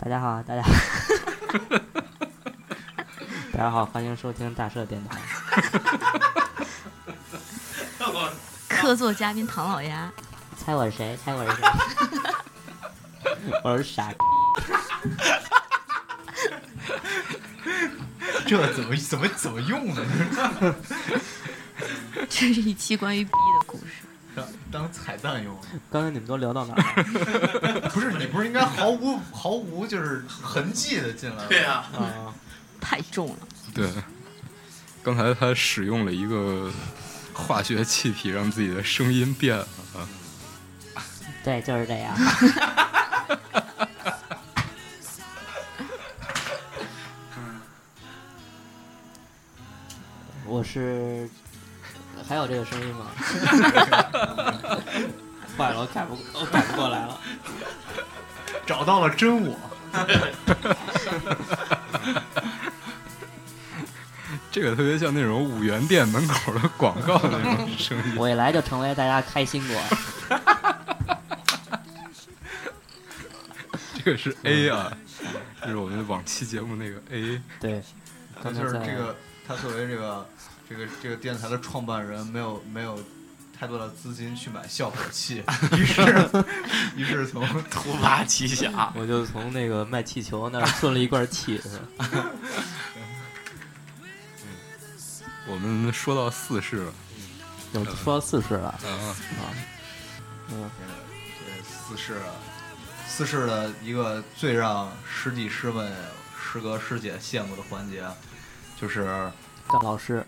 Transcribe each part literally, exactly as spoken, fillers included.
大家好，大家大家好，欢迎收听大社电台。 客座嘉宾唐老鸭， 猜我是谁？猜我是谁？我是傻。 这怎么怎么怎么用呢？ 这是一期关于逼的故事。 当当彩蛋用。 刚才你们都聊到哪儿了？ 不是你不是应该毫无毫无就是痕迹的进来？ 对呀、 啊，啊太重了。 对，刚才他使用了一个化学气体让自己的声音变了啊。 对，就是这样。我是，还有这个声音吗？坏了，我改不，我改不过来了。 找到了真我。 这个特别像那种五元店门口的广告的那种声音。 我一来就成为大家开心果。 这个是 A 啊，这是我们往期节目那个 A。 对， 他就是这个，他作为这个这个这个电台的创办人，没有没有太多的资金去买效果器，于是于是从突发奇想， 我就从那个卖气球那儿顺了一罐气。 我们说到四世了， 有说到四世了啊啊，嗯， 这四世四世的一个最让师弟师妹、师哥师姐羡慕的环节，就是干老师。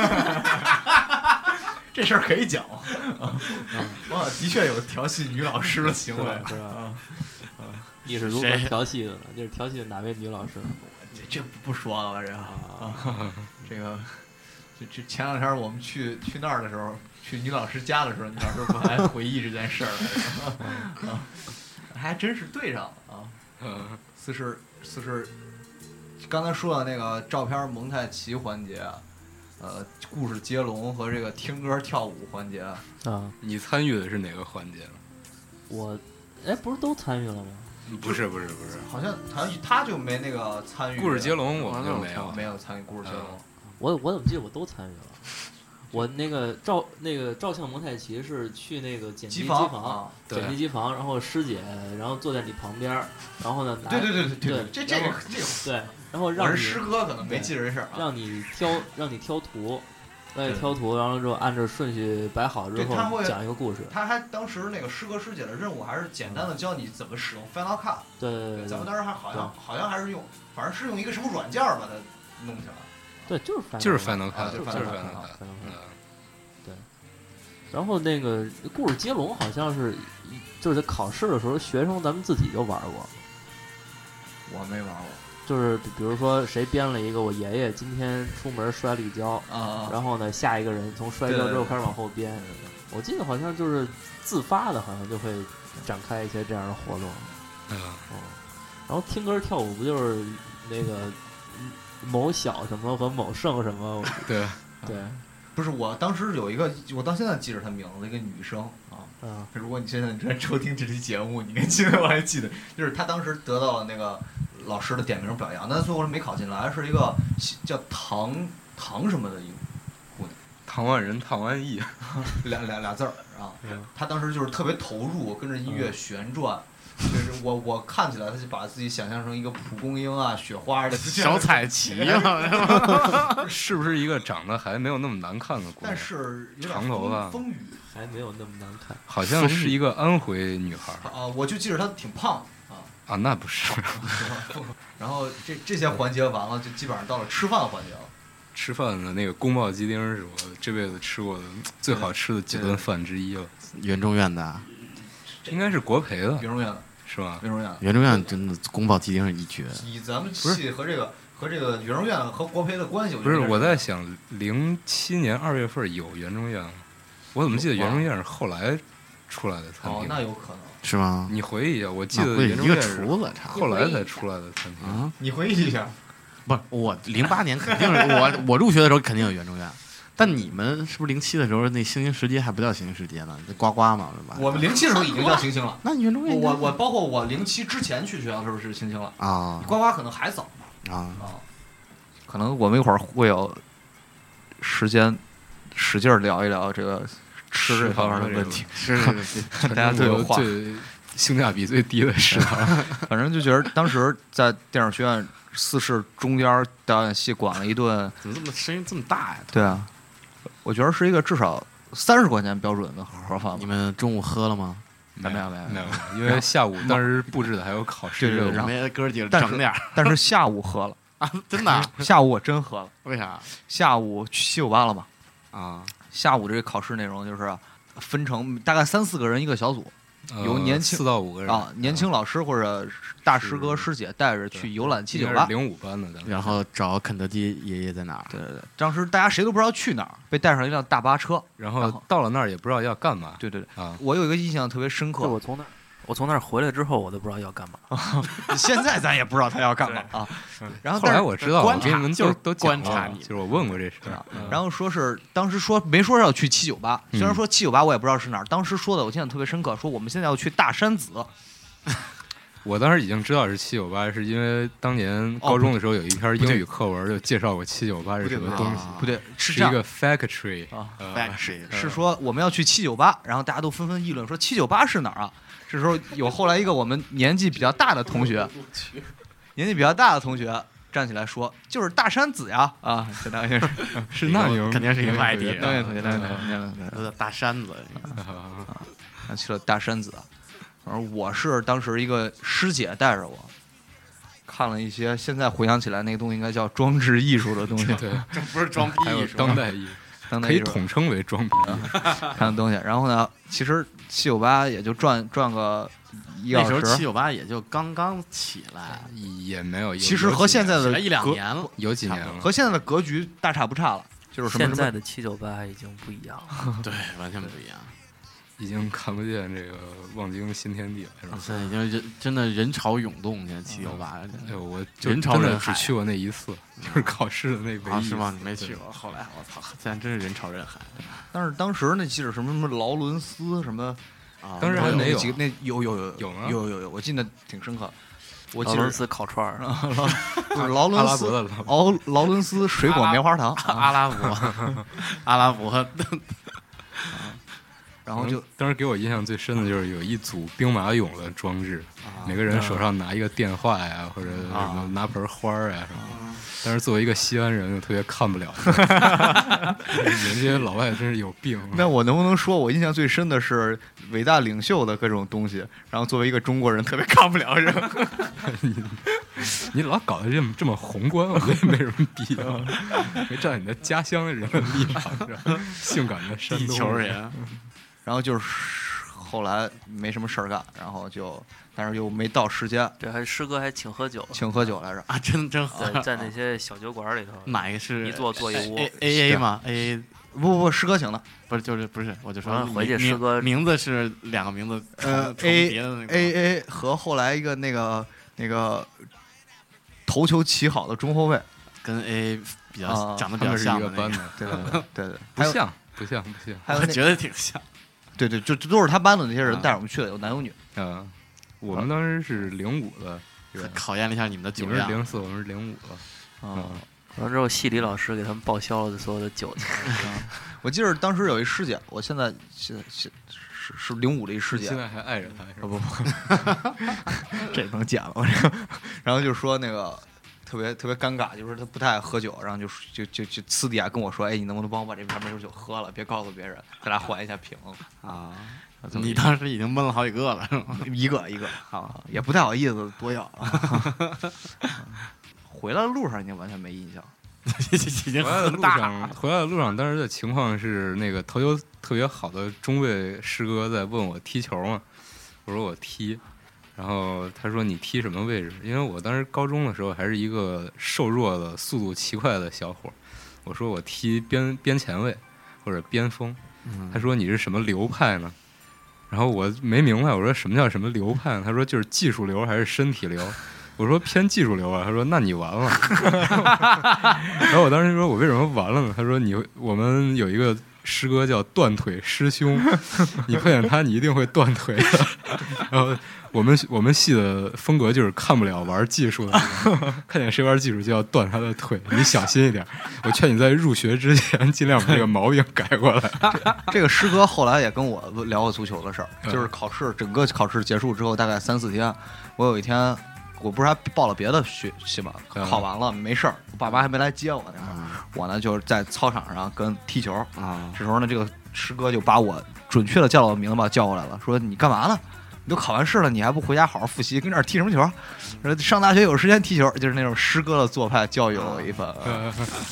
这事儿可以讲吗？我的确有调戏女老师的行为， 是吧？你是如何调戏的呢？就是调戏哪位女老师？ 这这不说了吧？这啊，这个。这这前两天我们去去那儿的时候，去女老师家的时候，女老师不还回忆这件事儿来着？还真是对上了啊！四世四世，刚才说的那个照片蒙太奇环节，呃，故事接龙和这个听歌跳舞环节啊， 你参与的是哪个环节？ 我，哎，不是都参与了吗？ 不是不是不是， 好像好像他就没那个参与。 故事接龙我们就没有没有参与故事接龙。 我我怎么记得我都参与了？我那个照那个照相蒙太奇是去那个剪辑机房， 啊、 剪辑机房，然后师姐然后坐在你旁边，然后呢拿对对对对对， 这这个这个对，然后让你我是师哥可能没记这事儿、啊， 让你挑让你挑图，让你挑图，然后之后按照顺序摆好之后讲一个故事。 他还当时那个师哥师姐的任务还是简单的教你怎么使用 Final Cut。 对对对， 咱们当时还好像好像还是用，反正是用一个什么软件把它弄起来。 对，就是 Final 就是 Final Cut， 就是 Final Cut。 嗯， 对。然后那个故事接龙好像是，就是在考试的时候，学生咱们自己就玩过。 我没玩过。 就是比如说谁编了一个，我爷爷今天出门摔了一跤， 啊， 然后呢下一个人从摔跤之后开始往后编。我记得好像就是自发的，好像就会展开一些这样的活动。 嗯。 哦。然后听歌跳舞不就是那个。某小什么和某盛什么， 对对， 不是我当时有一个，我到现在记着她名字，一个女生啊。 嗯， 如果你现在你正收听这期节目，你应该记得，我还记得，就是她当时得到了那个老师的点名表扬，但最后没考进来，是一个叫唐唐什么的一个姑娘， 唐万人、唐万亿， 俩俩俩字儿啊。她当时就是特别投入，跟着音乐旋转。就是我我看起来，他就把自己想象成一个蒲公英啊、雪花的小彩旗啊，是不是一个长得还没有那么难看的姑娘？ 但是有点长头发， 风雨还没有那么难看， 好像是一个安徽女孩啊，我就记着她挺胖啊啊，那不是。 然后这这些环节完了，就基本上到了吃饭环节了。 吃饭的那个宫保鸡丁是我这辈子吃过的最好吃的几顿饭之一了。 原中院的， 应该是国培的。 原中院的。 是吧？ 原中院， 原中院真的宫保鸡丁是一绝。 以咱们系和这个和这个原中院和国培的关系， 不是我在想，零七年二月份有原中院吗？我怎么记得原中院是后来出来的餐厅？ 哦，那有可能是吗？ 你回忆一下，我记得原中院是后来才出来的餐厅。 啊， 你回忆一下。 不是我零八年肯定是我我入学的时候肯定有原中院， 但你们是不是零七的时候那星星时节还不叫星星时节呢？这呱呱嘛是吧？ 我们零七的时候已经叫星星了。 那运动员我我包括我零七之前去学校的时候是星星了啊， 呱呱可能还早啊啊，可能我们一会儿会有时间使劲聊一聊这个吃这方面的问题， 是是是， 大家都有话。 最性价比最低的食堂， 反正就觉得当时在电影学院四室中间导演系管了一顿， 怎么这么声音这么大呀？ 对啊，我觉得是一个至少三十块钱标准的盒饭。 你们中午喝了吗？ 没有没有没有，因为下午当时布置的还有考试任务， 我们哥几个但是整点， 但是下午喝了啊，真的， 下午我真喝了。 为啥？ 下午去七九八了嘛？ 啊， 下午这个考试内容就是分成大概三四个人一个小组。由年轻四到五个人啊，年轻老师或者大师哥师姐带着去游览七九八， 零五班的， 然后找肯德基爷爷在哪儿？ 对对对，当时大家谁都不知道去哪儿，被带上一辆大巴车， 然后到了那儿也不知道要干嘛。 对对对， 啊， 我有一个印象特别深刻， 我从那儿我从那儿回来之后，我都不知道要干嘛。 现在咱也不知道他要干嘛啊。然后后来我知道， 观察你们就是都观察你， 就是我问过这事儿。 然后说是当时说没说要去七九八，虽然说七九八我也不知道是哪儿，当时说的我印象特别深刻，说我们现在要去大山子。 我当时已经知道是七九八，是因为当年高中的时候有一篇英语课文就介绍过七九八是什么东西。 不对，是是一个 factory 啊 ，factory 是说我们要去七九八，然后大家都纷纷议论说七九八是哪儿啊？这时候有后来一个我们年纪比较大的同学，年纪比较大的同学站起来说，就是大山子呀啊，这当然是是那名， 肯定是一个外地人， 当年同学，当年同学， 都叫大山子啊，去了大山子。而我是当时一个师姐带着我，看了一些现在回想起来那个东西应该叫装置艺术的东西， 对， 这不是装逼艺术， 当代艺术， 当代可以统称为装逼看的东西。然后呢，其实七九八也就转转个一小时， 那时候七九八也就刚刚起来， 也没有， 其实和现在的一两年了， 有几年了， 和现在的格局大差不差了。就是什么现在的七九八已经不一样了， 对，完全不一样。 已经看不见这个望京新天地了，是吧？ 现在已经人真的人潮涌动，现在七九八， 哎呦，我就人潮人海， 只去过那一次，就是考试的那唯一、 啊、是吗？你没去过？后来我操，现在真是人潮人海。 但是当时那记着什么什么劳伦斯什么啊， 当时还没有几个，那有有有有吗？ 有有有，我记得挺深刻。我记劳伦斯烤串儿， 不是劳伦斯的劳劳伦斯水果棉花糖， 阿拉伯，阿拉伯。 然后就当时给我印象最深的就是有一组兵马俑的装置， 啊、 每个人手上拿一个电话呀，或者什么拿盆花呀什么。啊、但是作为一个西安人，就特别看不了。你们这些老外真是有病。 那我能不能说，我印象最深的是伟大领袖的各种东西，然后作为一个中国人，特别看不了这个。 你你老搞得这么这么宏观，我觉得没什么必要。没站你的家乡的人的立场上，性感的山东地球人。 然后就是后来没什么事儿干，然后就但是又没到时间。 对，还师哥还请喝酒， 请喝酒来着啊，真真喝， 在在那些小酒馆里头， 哪个是一坐坐一屋 A A A 吗 ？A A 不不不，师哥请的， 不是就是不是，我就说回去师哥名字是两个名字呃 A A A 和后来一个那个那个头球起好的中后卫， 跟 A 比较、 啊、 长得比较像的那个， 对对对对， 不像不像不像， 还有我觉得挺像。 对对，就都是他班的那些人带着我们去的，有男有女。 啊，我们当时是零五的， 考验了一下你们的酒量。你们是零四，我们是零五的。 啊， 完之后系里老师给他们报销了所有的酒钱。 我记得当时有一师姐，我现在现在是是零五的一师姐， 现在还爱着她是吧？ 不不，这能剪了。然后就说那个。特别特别尴尬，就是他不太爱喝酒，然后就就就就私底下跟我说：“哎，你能不能帮我把这瓶梅酒酒喝了？别告诉别人，咱俩换一下瓶啊。”你当时已经闷了好几个了，是吗？ 一个一个啊，也不太好意思多要。回来的路上已经完全没印象， 已经回来的路上，回来的路上，当时的情况是那个投球特别好的中卫师哥在问我踢球嘛，我说我踢。然后他说你踢什么位置？因为我当时高中的时候还是一个瘦弱的、速度奇快的小伙，我说我踢边边前卫或者边锋。 嗯、 他说你是什么流派呢？然后我没明白，我说什么叫什么流派呢？他说就是技术流还是身体流？ 我说偏技术流啊，他说那你完了。然后我当时说我为什么完了呢？他说你我们有一个师哥叫断腿师兄，你碰见他你一定会断腿的。然后我们我们系的风格就是看不了玩技术的，看见谁玩技术就要断他的腿，你小心一点。我劝你在入学之前尽量把这个毛病改过来。 这, 这个师哥后来也跟我聊过足球的事儿，就是考试整个考试结束之后大概三四天，我有一天我不是还报了别的学系嘛，考完了没事儿，我爸妈还没来接我那会儿，我呢就是在操场上跟踢球啊。这时候呢，这个师哥就把我准确的叫了我名字，把我叫过来了，说你干嘛呢？你都考完试了，你还不回家好好复习，跟这儿踢什么球？说上大学有时间踢球，就是那种师哥的做派教育了我一番。嗯、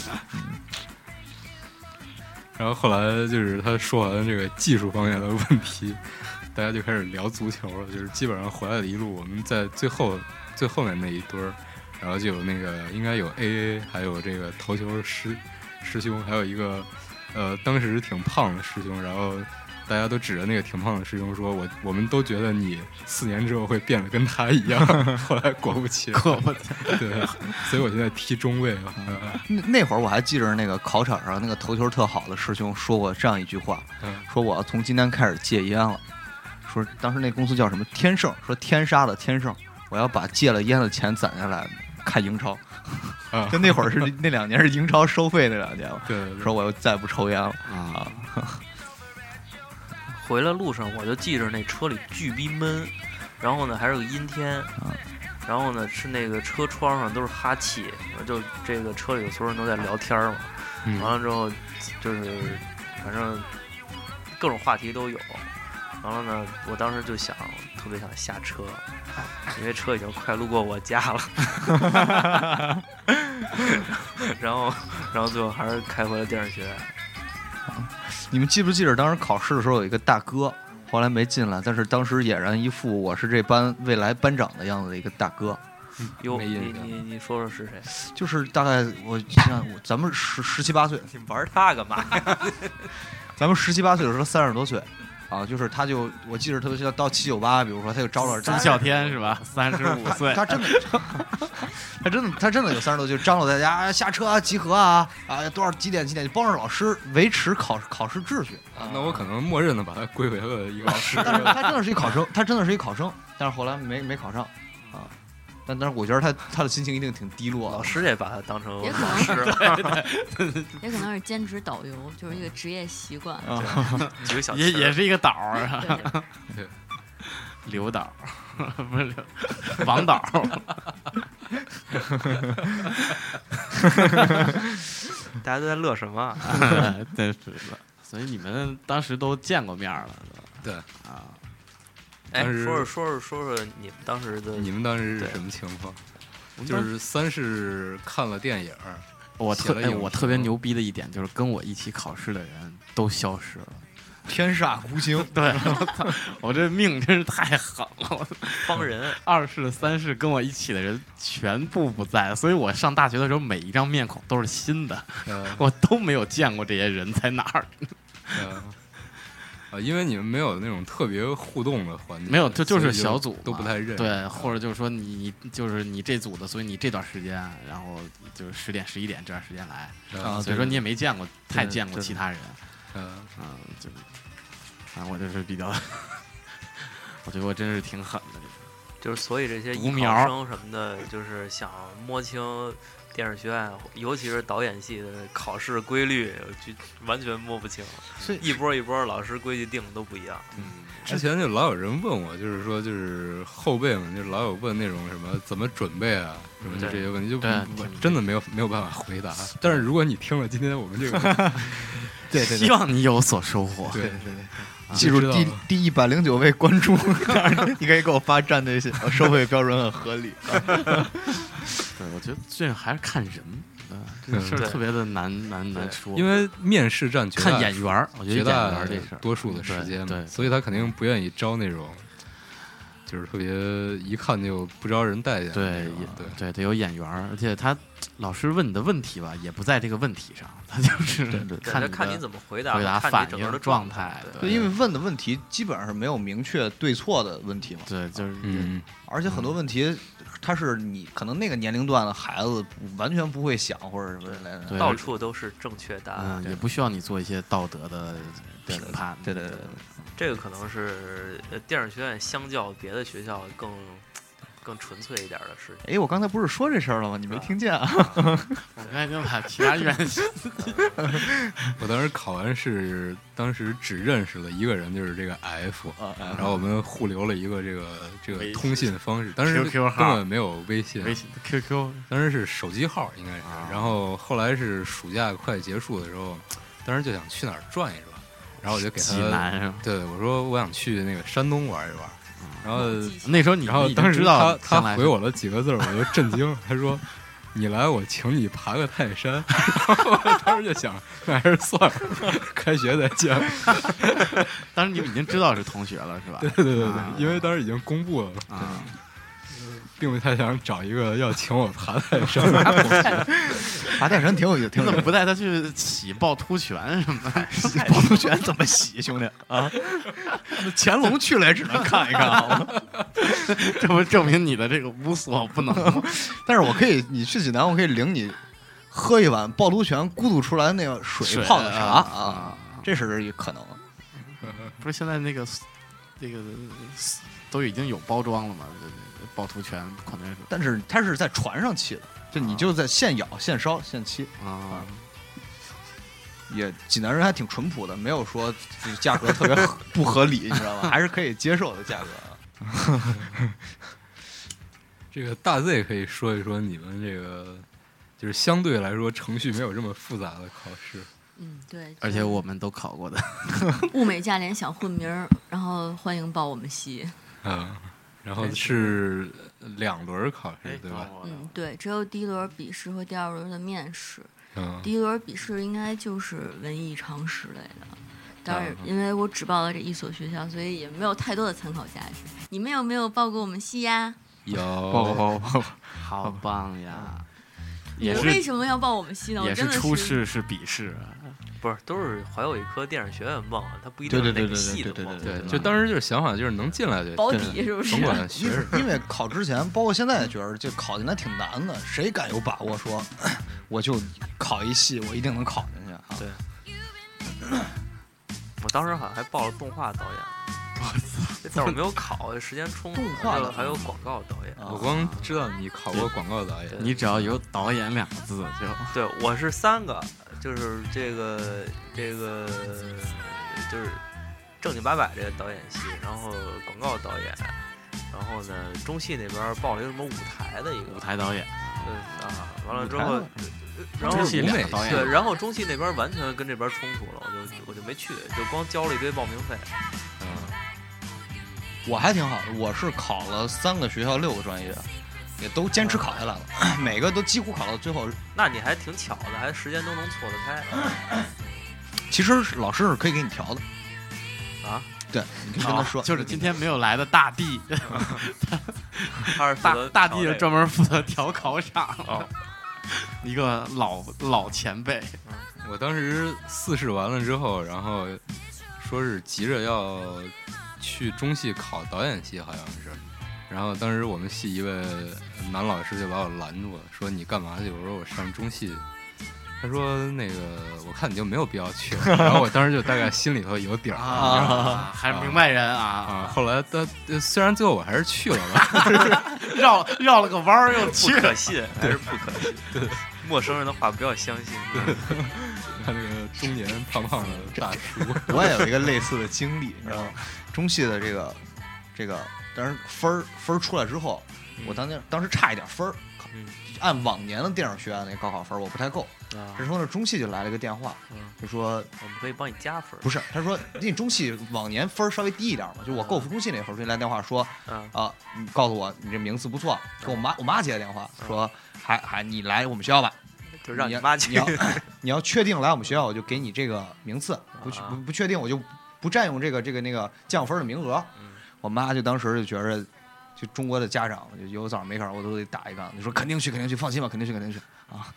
然后后来就是他说完这个技术方面的问题，大家就开始聊足球了。就是基本上回来的一路，我们在最后最后面那一堆儿，然后就有那个应该有 A A， 还有这个投球师师兄，还有一个呃当时挺胖的师兄，然后。大家都指着那个挺胖的师兄说：“我我们都觉得你四年之后会变得跟他一样。”后来果不其然， 果不其然，对，所以我现在踢中卫了。 那那会儿我还记着那个考场上那个投球特好的师兄说过这样一句话，说我要从今天开始戒烟了。说当时那公司叫什么天盛，说天杀的天盛，我要把戒了烟的钱攒下来看英超。啊，就那会儿是那两年是英超收费那两年了。 对, 对, 对， 说我又再不抽烟了啊。 回来路上我就记着那车里巨逼闷，然后呢还是个阴天，然后呢是那个车窗上都是哈气，就这个车里的所有人都在聊天嘛，嗯、完了之后就是反正各种话题都有，完了呢我当时就想特别想下车，因为车已经快路过我家了，然后然后最后还是开回了电视学院。 你们记不记得当时考试的时候有一个大哥，后来没进来，但是当时俨然一副我是这班未来班长的样子的一个大哥。 哟、嗯，你你你说说是谁？ 就是大概我像我咱们十十七八岁， 你玩他干嘛呀？ 咱们十七八岁的时候三十多岁。啊，就是他就我记得特别像到七九八，比如说他就招了张啸天是吧？三十五岁， 他真的，他真的他真的有三十多，就张罗大家下车啊，集合啊啊，多少几点几点，就帮着老师维持考考试秩序啊。那我可能默认的把他归为了一个老师， 但是他真的是一考生，他真的是一考生，但是后来没没考上啊。但但是我觉得他他的心情一定挺低落， 老师也把他当成也可能是，也可能是兼职导游，就是一个职业习惯， 几个小也也是一个岛啊， 对， 刘导不是刘王导， 大家都在乐什么？ 对，是的，所以你们当时都见过面了， 对啊。 哎，说说说说说说你们当时的， 你们当时是什么情况？就是三是看了电影， 我特哎，我特别牛逼的一点就是跟我一起考试的人都消失了， 天煞孤星。 对，我操，我这命真是太狠了， 帮人。 二试三试跟我一起的人全部不在，所以我上大学的时候每一张面孔都是新的， 嗯、 我都没有见过这些人在哪儿。 嗯啊，因为你们没有那种特别互动的环节， 没有，就就是小组都不太认， 对，或者就是说你就是你这组的，所以你这段时间，然后就是十点十一点这段时间来， 啊， 所以说你也没见过太见过其他人， 嗯嗯，就反正我就是比较，我觉得我真是挺狠的， 就是所以这些艺考生什么的，就是想摸清电视学院，尤其是导演系的考试规律，就完全摸不清，一波一波老师规矩定的都不一样。 嗯，之前就老有人问我，就是说，就是后辈们，就老有问那种什么怎么准备啊，什么就这些问题，就我真的没有没有办法回答。但是如果你听了今天我们这个， 对对， 希望你有所收获。 对对对。记住第第一百零九位关注，你可以给我发站队信，收费标准很合理。 对，我觉得这还是看人，啊，这个事儿特别的难难难说。 因为面试占绝大看眼缘，我觉得绝大这事儿多数的时间， 对， 所以他肯定不愿意招那种，就是特别一看就不招人待见。 对， 对对，得有眼缘，而且他老师问你的问题吧，也不在这个问题上，他就是看看你怎么回答， 回答反应的状态。 对，因为问的问题基本上是没有明确对错的问题嘛。 对，就是嗯， 而且很多问题他是你可能那个年龄段的孩子完全不会想或者什么之类的， 到处都是正确答案， 嗯，也不需要你做一些道德的评判。 对对对对， 这个可能是电影学院相较别的学校更更纯粹一点的事情。 哎，我刚才不是说这事儿了吗？你没听见啊？ 我刚才已经把其他院系， 我当时考完试，当时只认识了一个人，就是这个 F，、啊、然后我们互留了一个这个这个通信方式，当时根本没有微信， 微信 Q Q， 当时是手机号应该是， 啊、 然后后来是暑假快结束的时候，当时就想去哪儿转一转，然后我就给他， 济南是吧？ 对，我说我想去那个山东玩一玩。然后那时候你， 然后当时知道他他回我了几个字，我就震惊。他说：“你来，我请你爬个泰山。”然后我当时就想，那还是算了，开学再见。 当时你们已经知道是同学了，是吧？ 对对对对，啊、因为当时已经公布了啊， 并不太想找一个要请我爬泰山。 爬泰山挺有意思，挺有意思。 怎么不带他去洗趵突泉什么的？ 趵突泉怎么洗，兄弟啊？乾隆去了也只能看一看，好吗？ 这不证明你的这个无所不能吗？ 但是我可以，你去济南，我可以领你喝一碗趵突泉咕嘟出来那个水泡的茶啊，这是可能。 不是现在那个那个都已经有包装了吗？趵突泉可能是， 但是它是在船上沏的，就你就在现舀、现烧、现沏啊。 也济南人还挺淳朴的，没有说价格特别不合理，你知道吗？还是可以接受的价格。 这个大 Z 可以说一说你们这个，就是相对来说程序没有这么复杂的考试。 嗯，对， 而且我们都考过的。 物美价廉想混名儿，然后欢迎报我们系。 嗯，然后是两轮考试，对吧？ 嗯，对，只有第一轮笔试和第二轮的面试。 嗯， 第一轮笔试应该就是文艺常识类的，当然，因为我只报了这一所学校，所以也没有太多的参考价值。你们有没有报过我们系呀？ 有， 报过报过， 好棒呀！ 你们为什么要报我们系呢？ 也是初试是笔试， 不是，都是怀有一颗电影学院梦，他不一定是哪个系的梦。 对，就当时就是想法就是能进来就保底是不是？ 甭管学什么， 因为考之前，包括现在也觉得，就考进来挺难的，谁敢有把握说我就考一系，我一定能考进去啊？ 对，我当时好像还报了动画导演，但是我没有考，时间冲突， 动画还有广告导演。 我光知道你考过广告导演， 你只要有导演两个字就对，我是三个。就是这个这个就是正经八百这个导演系，然后广告导演，然后呢中戏那边报了一个什么舞台的一个舞台导演， 呃啊，完了之后，然后中戏两个导演， 对，然后中戏那边完全跟这边冲突了，我就我就没去，就光交了一堆报名费。 嗯， 我还挺好的，我是考了三个学校六个专业。也都坚持考下来了，嗯、每个都几乎考到最后。 那你还挺巧的，还时间都能错得开。 其实老师是可以给你调的啊， 对，你可以跟他说， 哦、就是今天没有来的大地， 他是大大地是专门负责调考场，哦、一个老老前辈。 我当时四试完了之后，然后说是急着要去中戏考导演系，好像是。然后当时我们系一位男老师就把我拦住了，说你干嘛去？我说我上中戏。他说那个我看你就没有必要去。然后我当时就大概心里头有底儿啊，还是明白人啊。 啊后来他虽然最后我还是去了吧， 绕绕了个弯儿又去， 不可信，还是不可信。对，陌生人的话不要相信。 他那个中年胖胖的大叔， 我也有一个类似的经历，你知道吗？中戏的这个这个。但是分儿分儿出来之后，我当年当时差一点分儿， 嗯、 按往年的电影学院那高考分我不太够。 啊、 这时候呢，中戏就来了个电话， 嗯、 就说我们可以帮你加分。 不是，他说你中戏往年分稍微低一点嘛，就我够服中戏那会儿，就来电话说， 嗯、 啊，你告诉我你这名次不错，给我妈我妈接的电话说，还还你来我们学校吧， 就让你妈去。 你要你要确定来我们学校，我就给你这个名次，不不不确定我就不占用这个这个那个降分的名额。 嗯、 我妈就当时就觉着。就中国的家长，就有枣没枣我都得打一杠。你说肯定去，肯定去，放心吧，肯定去，肯定去啊！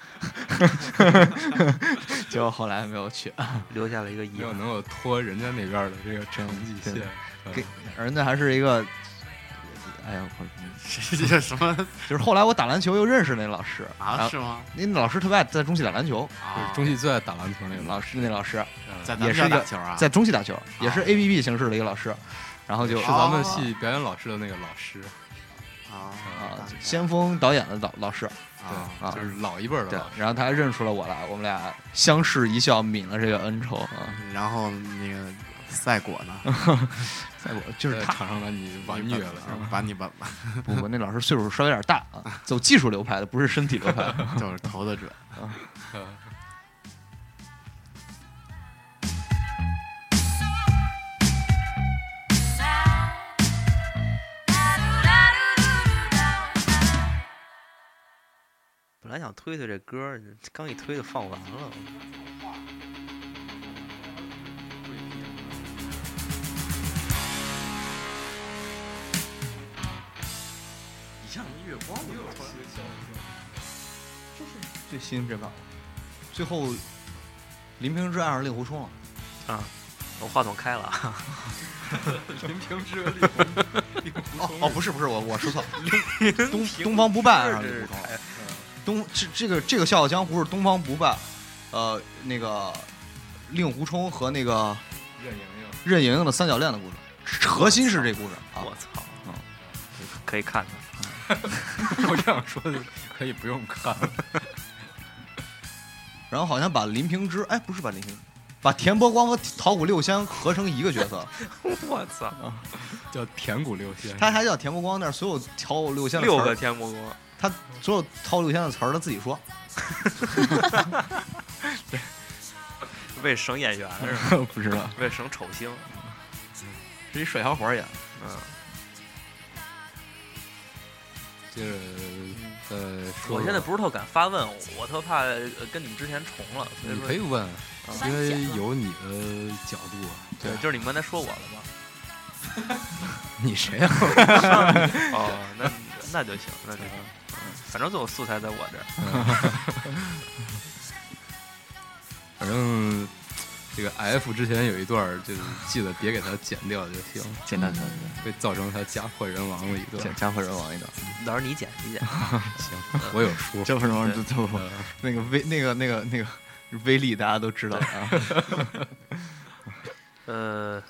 结果后来没有去， 留下了一个遗憾， 能够拖人家那边的这个成绩线。 给人家还是一个哎呀， 这这什么就是后来我打篮球又认识那老师啊？是吗？ 那老师特别爱在中戏打篮球啊， 中戏最爱打篮球那个老师，那老师在也是一个打球啊， 在中戏打球，也是 A B B 形式的一个老师，然后就是咱们系表演老师的那个老师啊啊，先锋导演的老老师。 对啊，就是老一辈的。 对，然后他还认出了我来，我们俩相视一笑，泯了这个恩仇啊。 然后那个赛果呢？ 赛果就是他场上把你完虐了， 把你把不不，那老师岁数稍微有点大啊，走技术流派的，不是身体流派的， 就是投的准啊。 本来想推推这歌，刚一推就放完了。 一样月光的这是最新这版。最后，林平之爱上令狐冲了。 啊，我话筒开了。 林平之和令狐令狐冲。哦哦，不是不是，我我说错了。东东方不败爱上令狐冲。东这这个这个《笑傲江湖》是东方不败，呃，那个令狐冲和那个任盈盈任盈盈的三角恋的故事，核心是这故事啊！ 我操，嗯，可以看看。我这样说的可以不用看。 然后好像把林平之，哎，不是把林平，把田伯光和桃谷六仙合成一个角色。 我操， 叫田谷六仙， 他还叫田伯光，但是所有桃谷六仙的六个田伯光。 他所有桃六仙的词儿他自己说， 为省演员是吧？ 不知道， 为省丑星， 是一帅小伙演。 嗯。 接着呃， 我现在不是特敢发问，我特怕跟你们之前重了。所以你可以问，因为有你的角度。 对，就是你们刚才说我了吗？ 你谁呀？ 哦，那那就行，那就行。反正最后素材在我这儿。 反正这个 F 之前有一段，就是记得别给他剪掉就行， 剪掉， 会造成他家破人亡的一段， 家破人亡一段。 到时候你剪一剪。 行，我有书。 这分钟就就那个威那个那个那个威力大家都知道啊。 呃，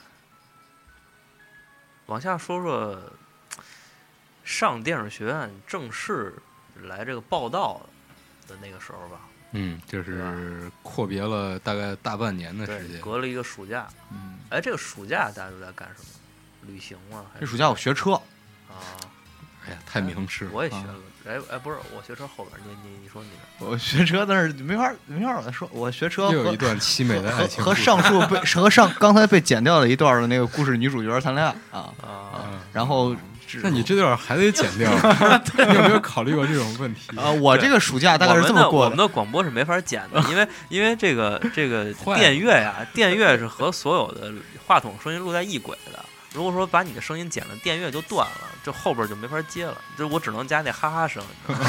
往下说说上电视学院正式来这个报道的那个时候吧。 嗯，就是阔别了大概大半年的时间， 隔了一个暑假。 嗯， 哎，这个暑假大家都在干什么？旅行吗？ 这暑假我学车。 啊， 哎呀，太明示了。 我也学了。哎哎，不是，我学车后边，你你你说你的。 我学车，但是没法没法我说，我学车又有一段凄美的爱情和上述被和上刚才被剪掉的一段的那个故事女主角谈恋爱啊啊， 然后。 那你这段还得剪掉，你有没有考虑过这种问题啊？我这个暑假大概是这么过的。 我们的广播是没法剪的，因为因为这个这个电乐呀，电乐是和所有的话筒声音录在一轨的。如果说把你的声音剪了，电乐就断了，这后边就没法接了，就我只能加那哈哈声。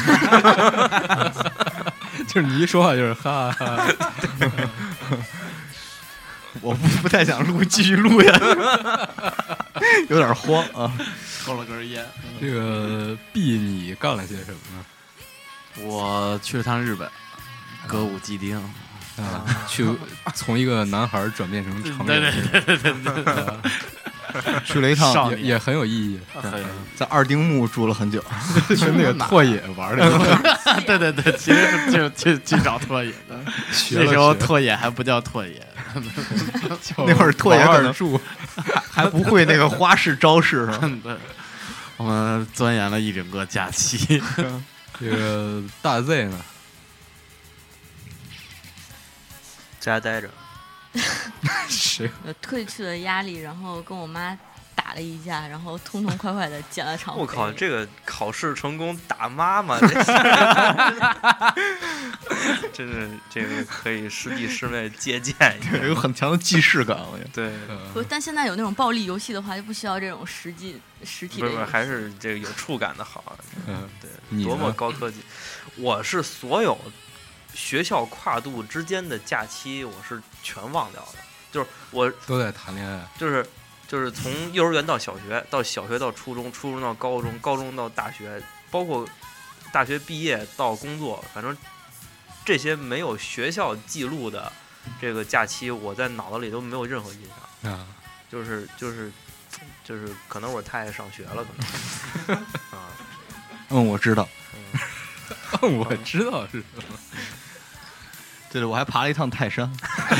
就是你一说话就是哈哈。 我不不太想录，继续录呀，有点慌啊。 抽了根烟。 这个 B 你干了些什么呢？ 我去了趟日本，歌舞伎町啊，去从一个男孩转变成成人。 对对对对对。 去了一趟也也很有意义， 在二丁目住了很久， 去那个拓野玩的。 对对对，其实是就去去找拓野的。那时候拓野还不叫拓野， 那会儿拓野可能住还不会那个花式招式是吧？ 对，我们钻研了一整个假期。 这个大 Z 呢， 家待着。 谁？ 褪去了压力，然后跟我妈打了一架，然后痛痛快快的捡了场。 我靠，这个考试成功打妈妈，真是这个可以师弟师妹借鉴一下， 有很强的既视感。我觉得对， 不，但现在有那种暴力游戏的话，就不需要这种实际实体的。 不是，还是这个有触感的好。 嗯， 对，多么高科技！我是所有学校跨度之间的假期，我是全忘掉的。就是我都在谈恋爱， 就是就是从幼儿园到小学，到小学到初中，初中到高中，高中到大学，包括大学毕业到工作，反正这些没有学校记录的这个假期，我在脑子里都没有任何印象啊， 就是就是就是可能我太爱上学了，可能啊， 嗯，我知道， 嗯， 我知道是什么。 对对，我还爬了一趟泰山，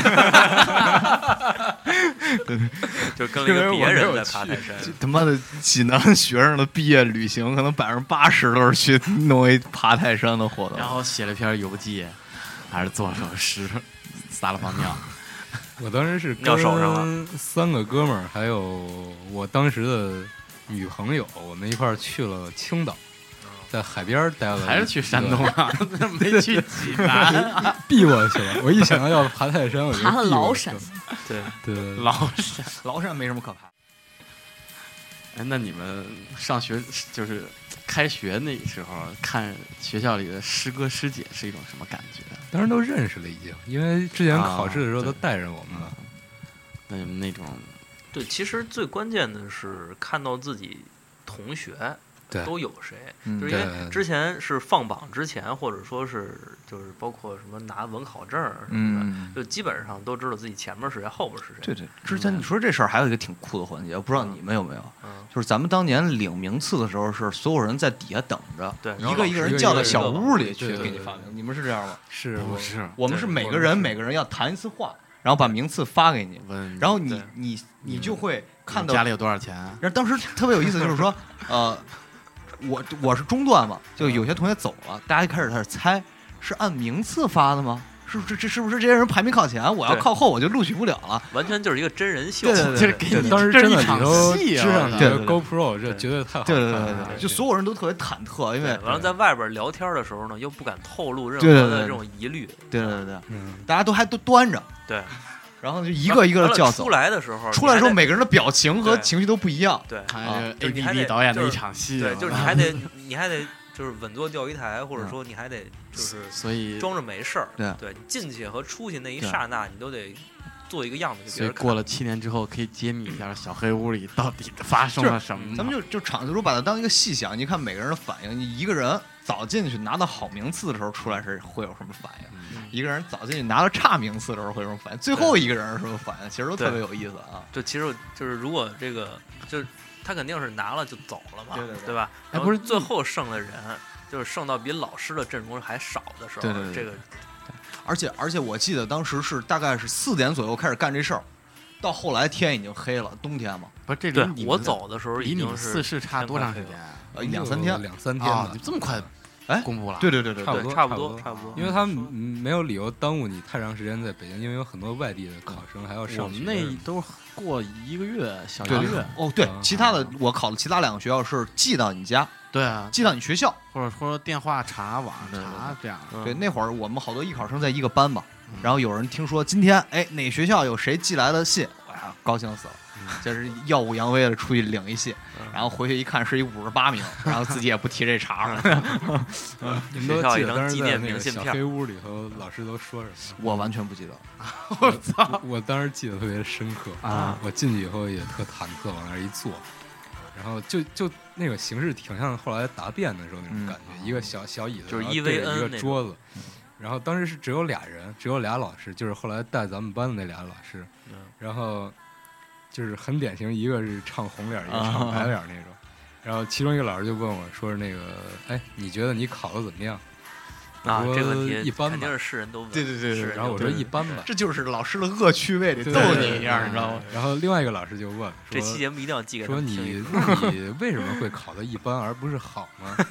就跟了一个别人在爬泰山。 他妈的，济南学生的毕业旅行，可能百分之八十都是去弄一爬泰山的活动。 然后写了篇游记，还是做了首诗，撒了泡尿。 我当时是尿手上跟三个哥们儿，还有我当时的女朋友，我们一块儿去了青岛。在海边待了， 还是去山东啊？没去济南， 避过去了。我一想到要爬泰山，我就爬了崂山。 对对， 崂山， 崂山没什么可爬。 哎，那你们上学就是开学那时候看学校里的师哥师姐是一种什么感觉？ 当然都认识了，已经，因为之前考试的时候都带着我们了。 啊、那你们那种， 对，其实最关键的是看到自己同学。都有谁？就是因为之前是放榜之前，或者说是就是包括什么拿文考证什么的，嗯、就基本上都知道自己前面是谁，后边是谁。 对对，之前你说这事儿还有一个挺酷的环节，我不知道你们有没有，嗯、就是咱们当年领名次的时候，是所有人在底下等着， 对， 一个一个人叫到小屋里去给你发名。你们是这样吗？ 是， 不是？ 我们是每个人每个人要谈一次话。然后把名次发给你，然后你你你就会看到家里有多少钱。 然后当时特别有意思，就是说，呃。我我是中段嘛，就有些同学走了，大家一开始开始猜是按名次发的吗？是不是这是不是这些人排名靠前？我要靠后我就录取不了了。 完全就是一个真人秀， 对对对， 就是给你当时真的一场戏啊，支上这个 GoPro， 这绝对太好看了。 对对对对，就所有人都特别忐忑，因为完了在外边聊天的时候呢，又不敢透露任何的这种疑虑。 对对对对， 嗯， 大家都还都端着。 对。 然后就一个一个的叫走。 出来的时候， 出来的时候每个人的表情和情绪都不一样。 对， 啊 A B B 导演的一场戏。 对，就是你还得，你还得就是稳坐钓鱼台，或者说你还得就是所以装着没事儿。 对对，进去和出去那一刹那，你都得做一个样子给别人看。所以过了七年之后，可以揭秘一下小黑屋里到底发生了什么。 咱们就就场子如果把它当一个细想，你看每个人的反应，你一个人早进去拿到好名次的时候出来是会有什么反应？嗯、一个人早进去拿到差名次的时候会有什么反应？最后一个人是什么反应？其实都特别有意思啊！ 就其实就是如果这个就是他肯定是拿了就走了嘛， 对对对， 对吧？ 哎，不是最后剩的人就是剩到比老师的阵容还少的时候， 对对对， 这个而且而且我记得当时是大概是四点左右开始干这事儿，到后来天已经黑了，冬天嘛。 不是这对，我走的时候离你们四试差多长时间？ 呃，两三天， 两三天啊，你这么快。哎，公布了， 对对对对， 差不多差不多差不多， 因为他们没有理由耽误你太长时间在北京，因为有很多外地的考生还要上学。 我们那都过一个月，小一个月。 哦，对，其他的我考的其他两个学校是寄到你家， 对啊， 寄到你学校， 或者说电话查、网上查这样。 对，那会儿我们好多艺考生在一个班吧，然后有人听说今天哎哪学校有谁寄来的信，哎呀高兴死了。就是耀武扬威的出去领一信，然后回去一看是一五十八名，然后自己也不提这茬了。 你们都记得当时纪念明信片小黑屋里头老师都说什么？ 我完全不记得。 我操！ 我当时记得特别深刻啊！我进去以后也特忐忑，往那儿一坐，然后就就那个形式挺像后来答辩的时候那种感觉， 嗯、 一个小小椅子， 就是一 v n 一个桌子。然后当时是只有俩人，只有俩老师，就是后来带咱们班的那俩老师。 嗯、 然后就是很典型，一个是唱红脸，一个唱白脸那种。然后其中一个老师就问我说：“是那个，哎，你觉得你考的怎么样？” 啊，这个问题一般吧， 肯定是是人都问。 对对对对。 然后我说一般吧， 这就是老师的恶趣味，得逗你一下，你知道吗？ 然后另外一个老师就问：“ 这期节目一定要记给他说你，那你为什么会考的一般而不是好呢？”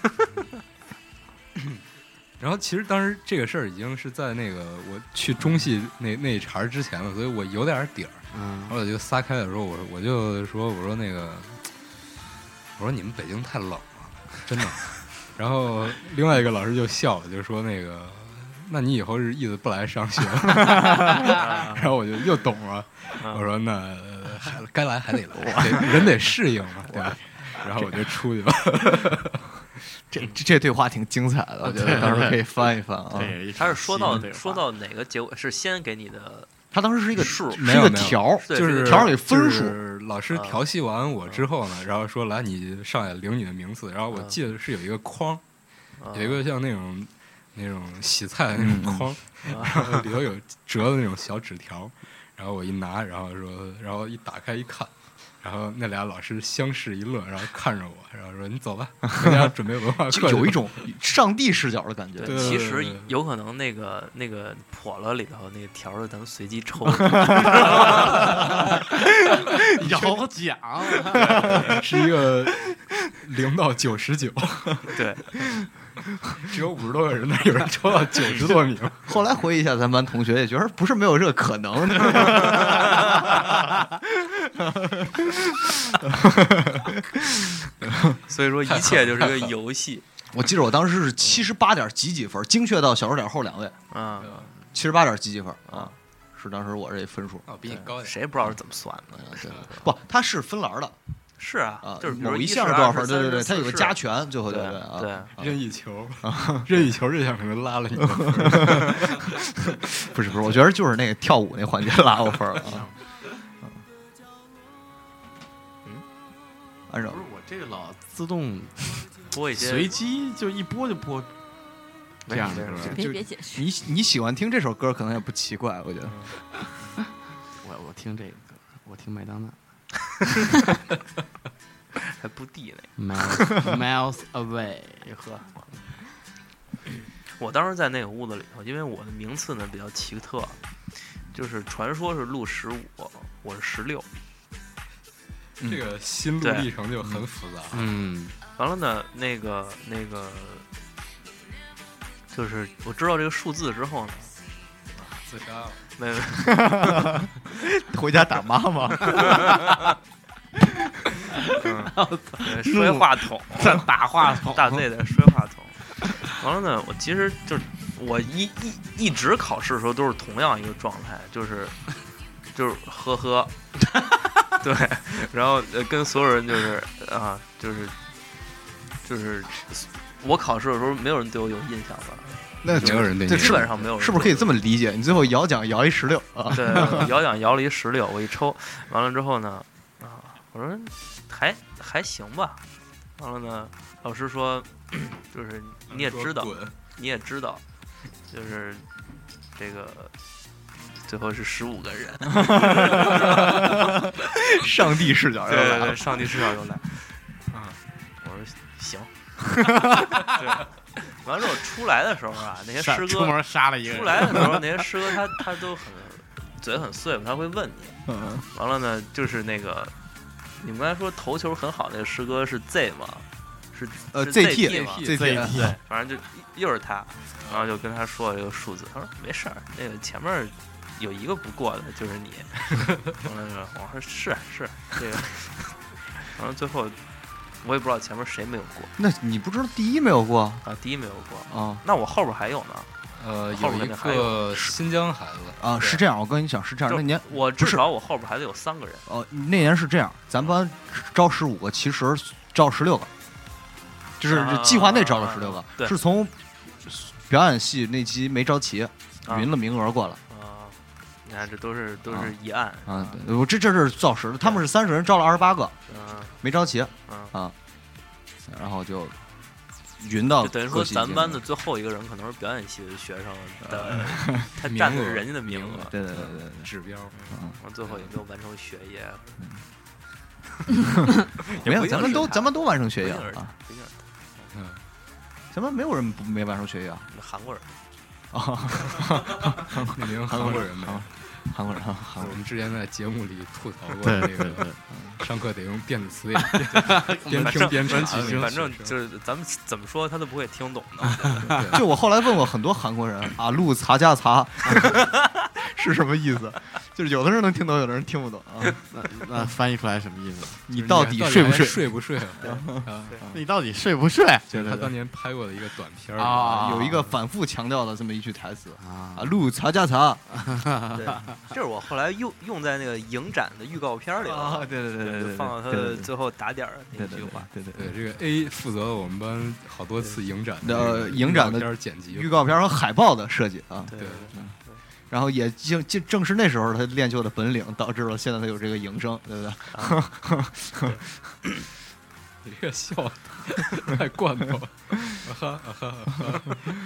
然后其实当时这个事儿已经是在那个我去中戏那那一茬之前了，所以我有点底儿。 嗯， 后来就撒开了说，我我就说我说那个，我说你们北京太冷了，真的。然后另外一个老师就笑了，就说那个，那你以后是意思不来上学了。然后我就又懂了，我说那该来还得来，人得适应嘛，对吧？然后我就出去了。 这这对话挺精彩的，我觉得到时候可以翻一翻啊。 对， 他是说到说到哪个结果？是先给你的他当时是一个数， 是一个条， 就是条里分数。 老师调戏完我之后呢，然后说来你上来领你的名次，然后我记得是有一个框，有一个像那种那种洗菜的那种框，然后里头有折的那种小纸条，然后我一拿，然后说，然后一打开一看。然后那俩老师相视一乐，然后看着我，然后说：“你走吧，回家准备文化课。” 就有一种上帝视角的感觉。 对，其实有可能那个那个破了里头那个条儿，咱们随机抽。 摇奖是一个零到九十九， 对， 只有五十多个人，那有人抽到九十多名。 后来回忆一下，咱班同学也觉得不是没有这个可能。 所以说一切就是个游戏。 我记得我当时是七十八点几几分，精确到小数点后两位啊， 七十八点几几分啊，是当时我这分数。 哦，比你高点。 谁也不知道是怎么算的？ 对，不，它是分栏的。 是啊，就是某一项是多少分？对对对，它有个加权，最后对对啊， 对， 任意球，任意球这项可能拉了你的分。 不是不是，我觉得就是那个跳舞那环节拉我分啊。按照不是我这个老自动播一些随机就一播就播这样的， 别别解释。 你你喜欢听这首歌，可能也不奇怪，我觉得。 我我听这个歌，我听麦当娜。 还不地呢 ，miles miles away， 呵。我当时在那个屋子里头，因为我的名次呢比较奇特，就是传说是录十五，我是十六。 这个心路历程就很复杂。 嗯， 完了呢，那个那个，就是我知道这个数字之后呢， 自杀了。 没没， 回家打妈妈。 嗯，摔话筒， 在打话筒， 大 Z 在摔话筒。完了呢，我其实就是我一一一直考试的时候都是同样一个状态，就是就是呵呵，对，然后跟所有人就是啊，就是就是我考试的时候没有人对我有印象吧。 那没有人对你， 这基本上没有人。 是不是可以这么理解？你最后摇奖摇一十六啊？ 对，摇奖摇了一十六，我一抽，完了之后呢，啊，我说还还行吧。完了呢，老师说，就是你也知道，你也知道，就是这个最后是十五个人， 上帝视角又来了， 对，上帝视角又来。啊，我说行。对。完了之后出来的时候啊，那些师哥出门杀了一个人。 出来的时候，那些师哥他他都很嘴很碎嘛，他会问你。 嗯。 完了呢，就是那个你们刚才说投球很好那个师哥是 Z 吗？是呃 Z T 吗 Z T 对，反正就又是他，然后就跟他说了这个数字，他说没事儿，那个前面有一个不过的就是你。完了我说是是这个，然后最后。我也不知道前面谁没有过。 那你不知道第一没有过啊？第一没有过啊？ 那我后边还有呢。 呃，有一个新疆孩子啊，是这样。我跟你讲是这样，那年我至少我后边还得有三个人。 哦，那年是这样，咱班招十五个，其实招十六个，就是计划内招了十六个，是从表演系那期没招齐，匀了名额过了。 啊，你看这都是都是一案啊。对，我这这是造实的，他们是三十人招了二十八个。没招齐，啊，然后就匀到， 就等于说咱班的最后一个人可能是表演系的学生的，他占的是人家的名额， 对对对对， 指标， 然后最后也没有完成学业， 没有，咱们都咱们都完成学业了啊， 嗯， 咱们没有人不没完成学业啊， 韩国人， 啊， 那名韩国人没有。 韩国人，韩国人，我们之前在节目里吐槽过那个，上课得用电子词典，边听边查。 反正就是咱们怎么说他都不会听懂的。 就我后来问过很多韩国人，啊路擦加擦是什么意思？就是有的人能听懂，有的人听不懂啊。 那那翻译出来什么意思？ 你到底睡不睡？ 睡不睡？ 你到底睡不睡？ 就是他当年拍过的一个短片啊，有一个反复强调的这么一句台词啊，路擦加擦。 这是我后来用用在那个影展的预告片里啊，对对对对对， 放到他的最后打点儿那句话， 对对对，这个 A 负责了我们班好多次影展的影展的片剪辑、 预告片和海报的设计啊， 对对， 然后也正正正是那时候他练就的本领，导致了现在他有这个营生，对不对？啊、 你这个笑的太惯头了，啊哈啊哈啊哈。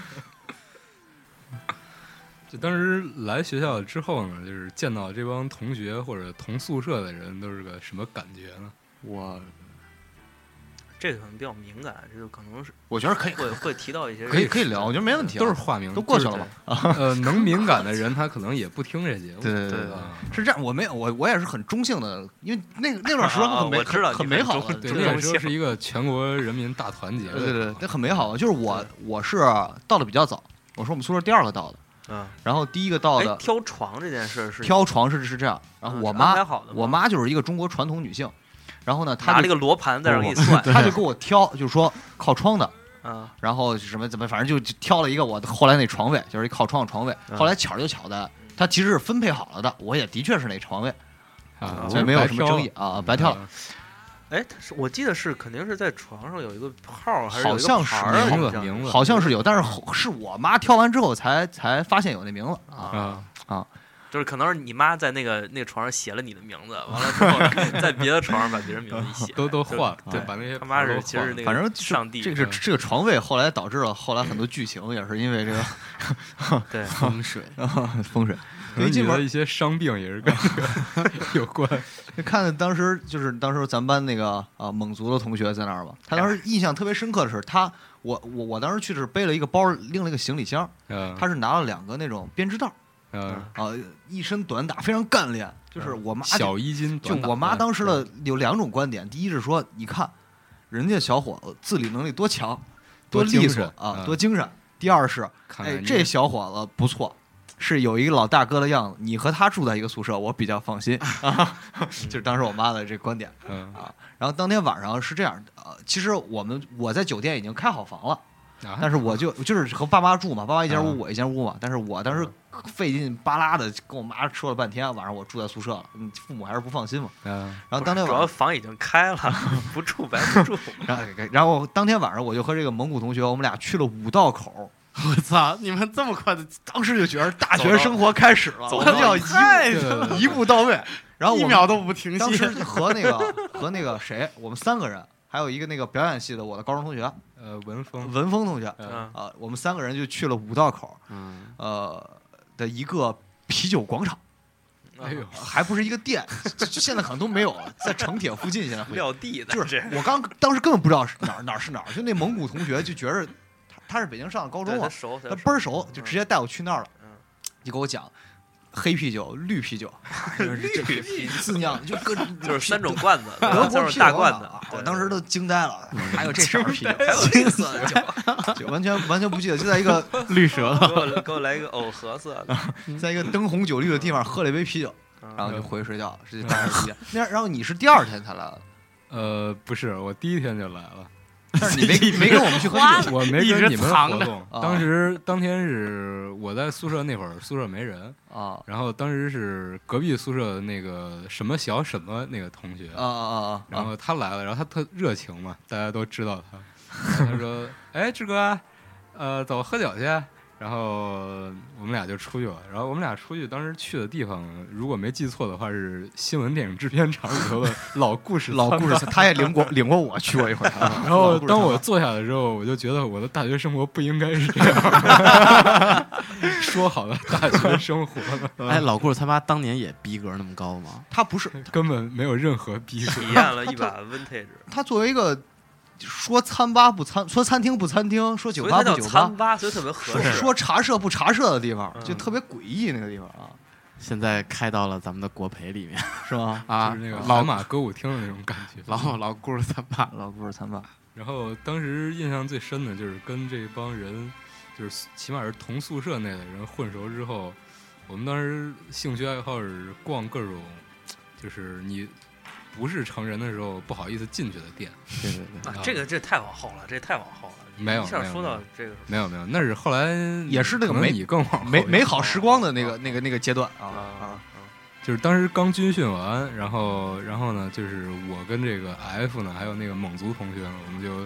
就当时来学校之后呢，就是见到这帮同学或者同宿舍的人，都是个什么感觉呢？ 我这个可能比较敏感，这个可能是我觉得可以会会提到一些可以可以聊，我觉得没问题、啊， 都是化名， 都过去了嘛。 呃，能敏感的人他可能也不听这节目。 对对对对，是这样。我没有我我也是很中性的，因为那个那段时光很美， 我知道很美好的。 对，那个时候是一个全国人民大团结。 对对对，那很美好。就是我我是到的比较早，我是我们宿舍第二个到的。 嗯， 然后第一个到的挑床这件事是挑床是是这样，然后我妈我妈就是一个中国传统女性。然后呢，他拿这个罗盘在这给你算， 他就给我挑，就是说靠窗的， 嗯， 然后什么怎么，反正就挑了一个我后来那床位，就是一靠窗的床位。后来巧就巧在，他其实是分配好了的，我也的确是那床位， 啊， 所以没有什么争议啊，白挑了。 哎，我记得是肯定是在床上有一个号，还是好像是名字名字， 好像是有，但是是我妈挑完之后才才发现有那名字啊啊。 就是可能是你妈在那个那个床上写了你的名字，完了之后在别的床上把别人名字一写， 都都换了， 对， 把那些他妈是其实那个反正上帝， 这个这个床位后来导致了后来很多剧情，也是因为这个对风水风水， 跟你的一些伤病也是跟这个有关。 看当时就是当时咱们班那个啊蒙族的同学在那儿吧，他当时印象特别深刻的是他我我我当时去是背了一个包，拎了一个行李箱，他是拿了两个那种编织袋。 嗯啊，一身短打，非常干练。就是我妈小衣襟， 就我妈当时的有两种观点，第一是说，你看人家小伙子自理能力多强，多利索啊，多精神。第二是，哎，这小伙子不错，是有一个老大哥的样子，你和他住在一个宿舍，我比较放心啊。就是当时我妈的这观点啊。然后当天晚上是这样的，呃，其实我们我在酒店已经开好房了。但是我就就是和爸妈住嘛，爸妈一间屋，我一间屋嘛。但是我当时费劲巴拉的跟我妈说了半天，晚上我住在宿舍了，父母还是不放心嘛。然后当天晚上主要房已经开了，不住白不住。 然后然后当天晚上我就和这个蒙古同学，我们俩去了五道口。 我操！你们这么快的， 当时就觉得大学生活开始了，我们要一一步到位，然后一秒都不停息。 当时和那个和那个谁，我们三个人。还有一个那个表演系的我的高中同学， 呃，文峰， 文峰同学，啊、 嗯呃，我们三个人就去了五道口， 嗯， 呃的一个啤酒广场， 哎呦， 还不是一个店，就现在可能都没有了，在城铁附近现在撂地的， 就是我刚当时根本不知道是哪儿哪儿是哪儿，就那蒙古同学就觉得他他是北京上的高中啊， 他倍儿熟，就直接带我去那儿了， 嗯， 就给我讲。黑啤酒、绿啤酒， 绿啤自酿就各就是三种罐子， 德国大罐子， 我当时都惊呆了。还有这色啤酒， 还有绿色的酒， 就完全完全不记得，就在一个绿舌头， 给我给我来一个藕荷色的， 在一个灯红酒绿的地方喝了一杯啤酒，然后就回去睡觉。是大概是那然后你是第二天才来的？ 呃，不是，我第一天就来了。 但是你没没跟我们去喝酒， 我没跟你们活动。 啊、 当时当天是我在宿舍那会儿，宿舍没人啊。 然后当时是隔壁宿舍的那个什么小什么那个同学啊啊啊！ 然后他来了，然后他特热情嘛，大家都知道他。他说：“哎，志哥，呃，走喝酒去。”然后我们俩就出去了。然后我们俩出去，当时去的地方，如果没记错的话，是新闻电影制片厂里头的老故事老故事。他也领过领过我去过一回。 然后当我坐下的时候，我就觉得我的大学生活不应该是这样。说好的大学生活， 哎，老故事他妈当年也逼格那么高吗？ 他不是， 根本没有任何逼格。 体验了一把 vintage。 他作为一个。说餐吧不餐，说餐厅不餐厅，说酒吧不酒吧， 餐吧所以特别合适。 说茶社不茶社的地方，就特别诡异那个地方啊。 现在开到了咱们的国培里面， 是吗？ 啊，就是那个老马歌舞厅的那种感觉。 老老故事餐吧， 老故事餐吧。 然后当时印象最深的就是跟这帮人，就是起码是同宿舍内的人混熟之后，我们当时兴趣爱好是逛各种，就是你。不是成人的时候不好意思进去的店， 对对对， 啊、这个这太往后了，这太往后了。 没有， 一下说到这个， 没有没有，那是后来也是那个美你更往美美好时光的那个那个那个阶段啊啊， 就是当时刚军训完，然后然后呢，就是我跟这个 F 呢，还有那个蒙族同学呢，我们就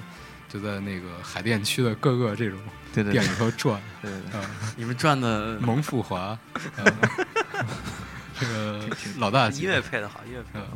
就在那个海淀区的各个这种对对店里头转。 对对对， 啊， 你们转的蒙富华，这个老大姐音乐配的好，音乐配的好，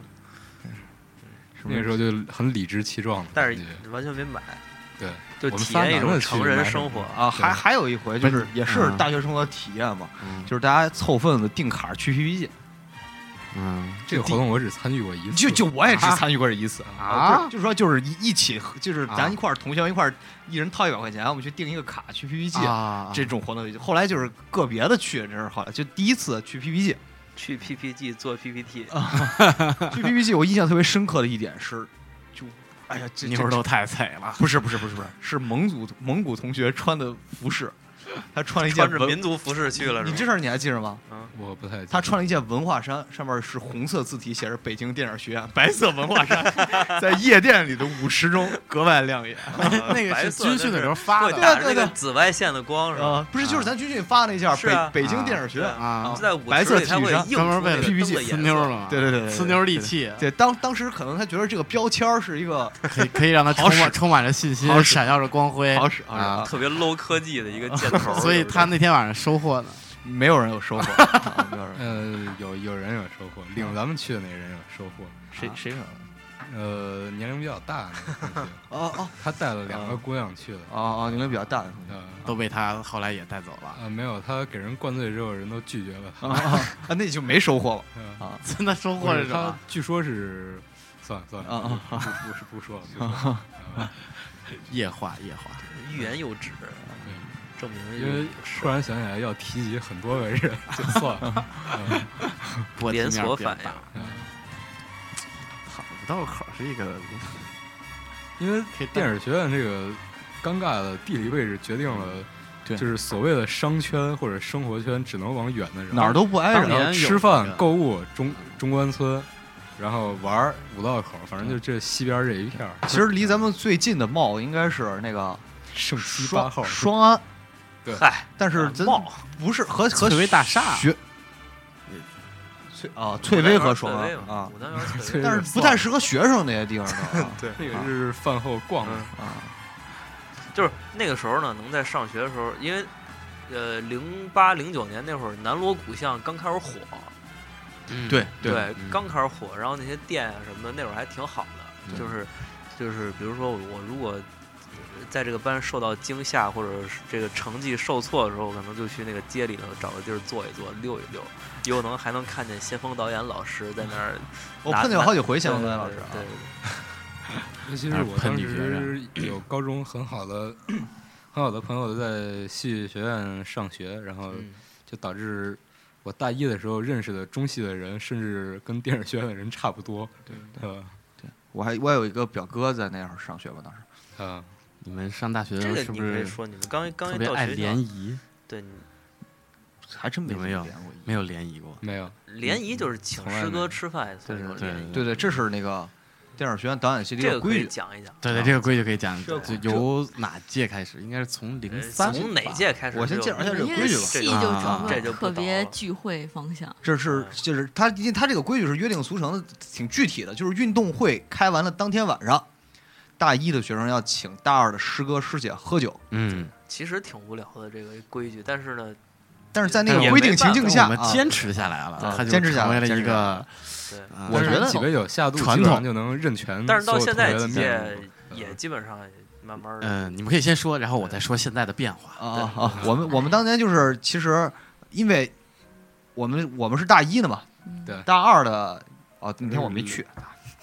那个时候就很理直气壮的， 但是完全没买， 对， 就体验一种成人生活啊。还还有一回就是也是大学生活体验嘛，就是大家凑份子订卡去 P P G。 嗯， 这个活动我只参与过一次， 就就我也只参与过这一次啊。 就是说就是一一起，就是咱一块儿同学一块儿，一人掏一百块钱，我们去订一个卡去 P P G 这种活动。后来就是个别的去，这是后来就第一次去 P P G。 去 P P G 做 P P T， 去 P P G 我印象特别深刻的一点是，就哎呀，这妞都太菜了。 不是不是不是不是，是蒙古蒙古同学穿的服饰，他穿了一件穿着民族服饰去了。 你这事儿你还记着吗？ 嗯， 我不太记得。 他穿了一件文化衫，上面是红色字体写着北京电影学院，白色文化衫，在夜店里的舞池中格外亮眼。 那个是军训的时候发的， 对打那个紫外线的光是吧？ 不是，就是咱军训发那件北北京电影学院啊， 在白色体育衫， 专门为了 P P G 呲妞了嘛？ 对对对， 呲妞利器。 对，当当时可能他觉得这个标签是一个可以可以让他充满充满着信心，闪耀着光辉， 好使啊，特别 low 科技的一个箭头。 所以他那天晚上收获呢， 没有人有收获，没有人。 呃，有有人有收获，领咱们去的那人有收获。 谁谁领？ 呃，年龄比较大的同学。 哦哦， 他带了两个姑娘去的。 哦哦，年龄比较大的同学， 都被他后来也带走了。 啊，没有，他给人灌醉之后，人都拒绝了他。 啊，那就没收获了啊！ 真的收获是什么？ 据说是，算了算了， 啊不不是不说了。 液化液化， 欲言又止。证明因为突然想起来要提及很多个人，就算了。 连锁反应。 好，五道口是一个， 因为电影学院这个尴尬的地理位置决定了，就是所谓的商圈或者生活圈只能往远的人， 哪儿都不挨着。 然后吃饭、购物，中中关村，然后玩五道口，反正就这西边这一片。 其实离咱们最近的贸应该是那个圣西八号双安。 对， 嗨， 但是咱不是和和翠微大厦学，翠啊翠微和双安啊，但是不太适合学生那些地方的。 对，那个是饭后逛的啊。 就是那个时候呢，能在上学的时候，因为呃零八零九年那会儿，南锣鼓巷刚开始火， 对对，刚开始火，然后那些店啊什么的，那会儿还挺好的，就是就是比如说我如果。在这个班受到惊吓，或者是这个成绩受挫的时候，我可能就去那个街里头找个地儿坐一坐，溜一溜，有可能还能看见先锋导演老师在那儿。 我碰见过好几回先锋导演老师。 对对对。尤其是我当时有高中很好的很好的朋友在戏剧学院上学，然后就导致我大一的时候认识的中戏的人，甚至跟电影学院的人差不多。 对对对，我还我有一个表哥在那样上学吧，当时。 啊。 你们上大学的时候是不是说你们刚刚特别爱联谊？ 对， 还真没没有没有联谊过， 没有联谊就是请师哥吃饭， 对对对对，这是那个电影学院导演系列的规矩，讲一讲。 对对，这个规矩可以讲。由哪届开始？应该是从零三从哪届开始？ 我先介绍一下这个规矩吧。 戏就整这就特别聚会方向。 这是就是他他这个规矩是约定俗成的，挺具体的，就是运动会开完了当天晚上。大一的学生要请大二的师哥师姐喝酒， 嗯， 其实挺无聊的这个规矩，但是呢， 但是在那个规定情境下， 我们坚持下来了，他坚持下来了一个， 对， 我觉得几杯酒下肚， 传统就能认全。 但是到现在几届也基本上慢慢， 嗯，你们可以先说，然后我再说现在的变化啊啊！我们我们当年就是其实，因为我们我们是大一的嘛， 对， 大二的哦，那天我没去。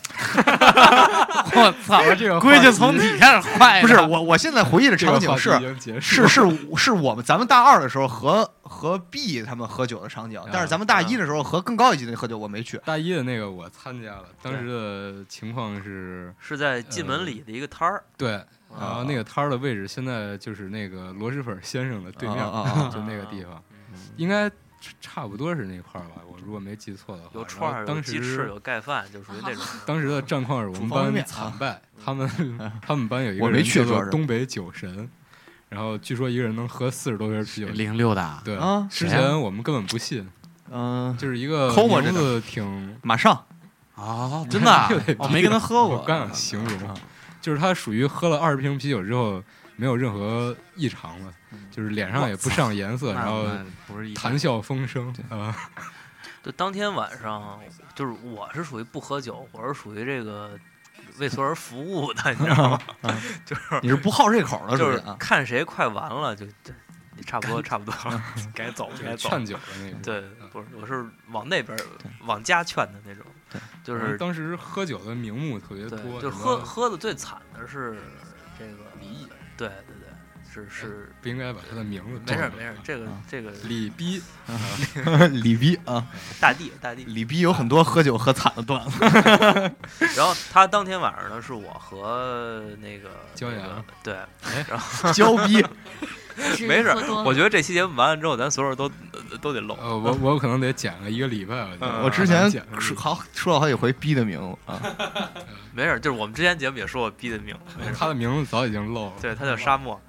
我操！ 这个规矩从你开始坏。 不是我，我现在回忆的场景是是是是我们咱们大二的时候和和 B 他们喝酒的场景，但是咱们大一的时候和更高一级的喝酒我没去。 大一的那个我参加了，当时的情况是是在进门里的一个摊儿， 对，然后那个摊儿的位置现在就是那个螺蛳粉先生的对面，就那个地方，应该。差不多是那块儿吧，我如果没记错的话。 有串儿，有鸡翅，有盖饭，就属于那种。 当时的战况是我们班惨败，他们他们班有一个人叫做东北酒神，然后据说一个人能喝四十多瓶啤酒。 零六的。 对，之前我们根本不信， 嗯， 就是一个名字挺马上啊，真的，我没跟他喝过。 我刚想形容。 就是他属于喝了二十瓶啤酒之后没有任何异常了，就是脸上也不上颜色，然后谈笑风生啊。 就当天晚上，就是我是属于不喝酒，我是属于这个为所有人服务的，你知道吗？就是你是不好这口的， 就是看谁快完了就。差不多，差不多了，该走该走。 劝酒的那种。 对，不是，我是往那边往家劝的那种。 对， 就是当时喝酒的名目特别多， 就喝喝的最惨的是这个李毅。 对对对，是是。 不应该把他的名字。 没事没事，这个这个李逼， 李逼啊， 大地大地。 李逼有很多喝酒喝惨的段子。 然后他当天晚上呢，是我和那个焦阳， 对，然后焦逼。 没事，我觉得这期节目完了之后，咱所有人都都得漏。 呃，我我可能得剪个一个礼拜。 嗯、我之前说好说了好几回逼的名字啊。 没事，就是我们之前节目也说过逼的名字， 他的名字早已经漏了。 对，他叫沙漠。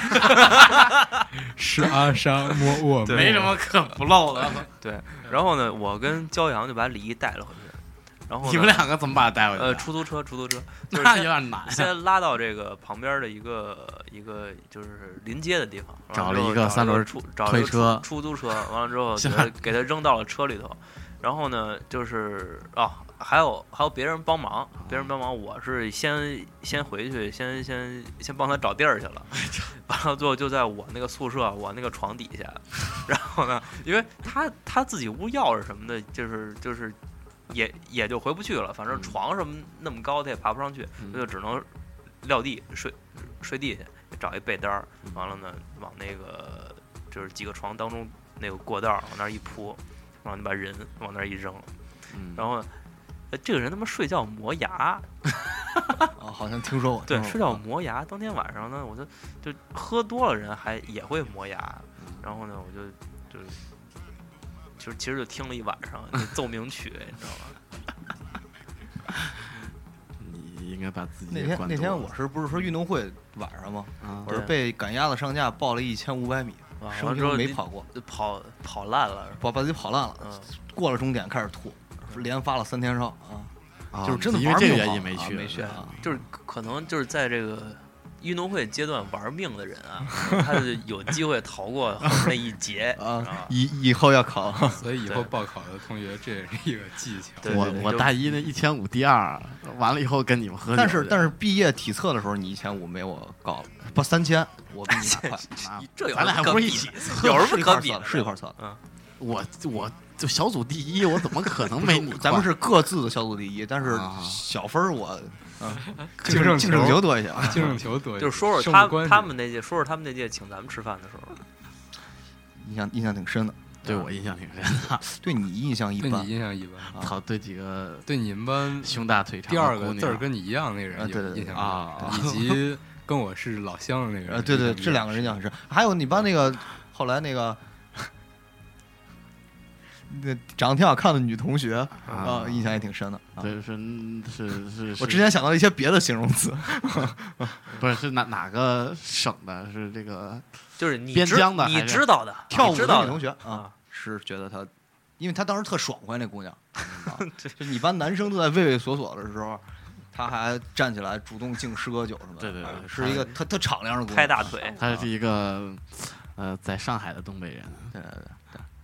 是阿沙莫沃， 没什么可不漏的。 对，然后呢，我跟焦阳就把李毅带了回去。然后你们两个怎么把他带回去？ 呃，出租车，出租车，就是、 那有点难。 先拉到这个旁边的一个一个就是临街的地方， 找了一个三轮出找推车出租车，完了之后给他给他扔到了车里头。然后呢，就是啊，还有还有别人帮忙，别人帮忙，我是先先回去，先先先帮他找地儿去了。完了最后就在我那个宿舍，我那个床底下。然后呢，因为他他自己屋钥匙什么的，就是就是。也也就回不去了，反正床什么那么高，他也爬不上去，他、嗯、就只能撂地睡睡地下，找一被单儿，完了呢，往那个就是几个床当中那个过道往那儿一铺，然后你把人往那儿一扔， 嗯、 然后这个人他妈睡觉磨牙， 哦，好像听说过， 对，睡觉磨牙。当天晚上呢，我就就喝多了人还也会磨牙，然后呢，我就就。就是其实就听了一晚上奏鸣曲，你知道吗？你应该把自己那天那天我是不是说运动会晚上吗？啊、我是被赶鸭子上架报了一千五百米，生平没跑过， 跑跑烂了， 把把自己跑烂了，嗯、过了终点开始吐，连发了三天烧啊，啊就是真的因为这个原因没去， 没去啊，就是可能就是在这个。运动会阶段玩命的人啊，他就有机会逃过后面那一劫啊！以以后要考， 所以以后报考的同学这也是一个技巧。 对对对我我大一那一千五第二，完了以后跟你们喝酒。 但是但是毕业体测的时候，你一千五没我高，不三千，我比你快。 这咱俩还不是一起测， 有什么可比？是一块测的。 嗯， 我我就小组第一，我怎么可能没你？ 咱们是各自的小组第一，但是小分我。啊， 净胜净胜球多一些， 净胜球多一些。 就是说说他他们那届，说说他们那届请咱们吃饭的时候， 印象印象挺深的。 对我印象挺深的， 对你印象一般， 对你印象一般。 好，对几个对你们班胸大腿长第二个字儿跟你一样那个人对对印象啊， 以及跟我是老乡的那个人， 对对，这两个人印象很深。还有你班那个后来那个。那长得挺好看的女同学啊、呃，印象也挺深的。 对，是是是。 我之前想到一些别的形容词， 不是是哪哪个省的？是这个， 就是你边疆的， 你知道的跳舞的女同学啊，是觉得她，因为她当时特爽快，那姑娘，啊、就你班男生都在畏畏缩缩的时候，她还站起来主动敬诗歌酒什么的。 对对对， 是一个特特敞亮的姑娘， 拍大腿。 她是一个呃，在上海的东北人。 对对对。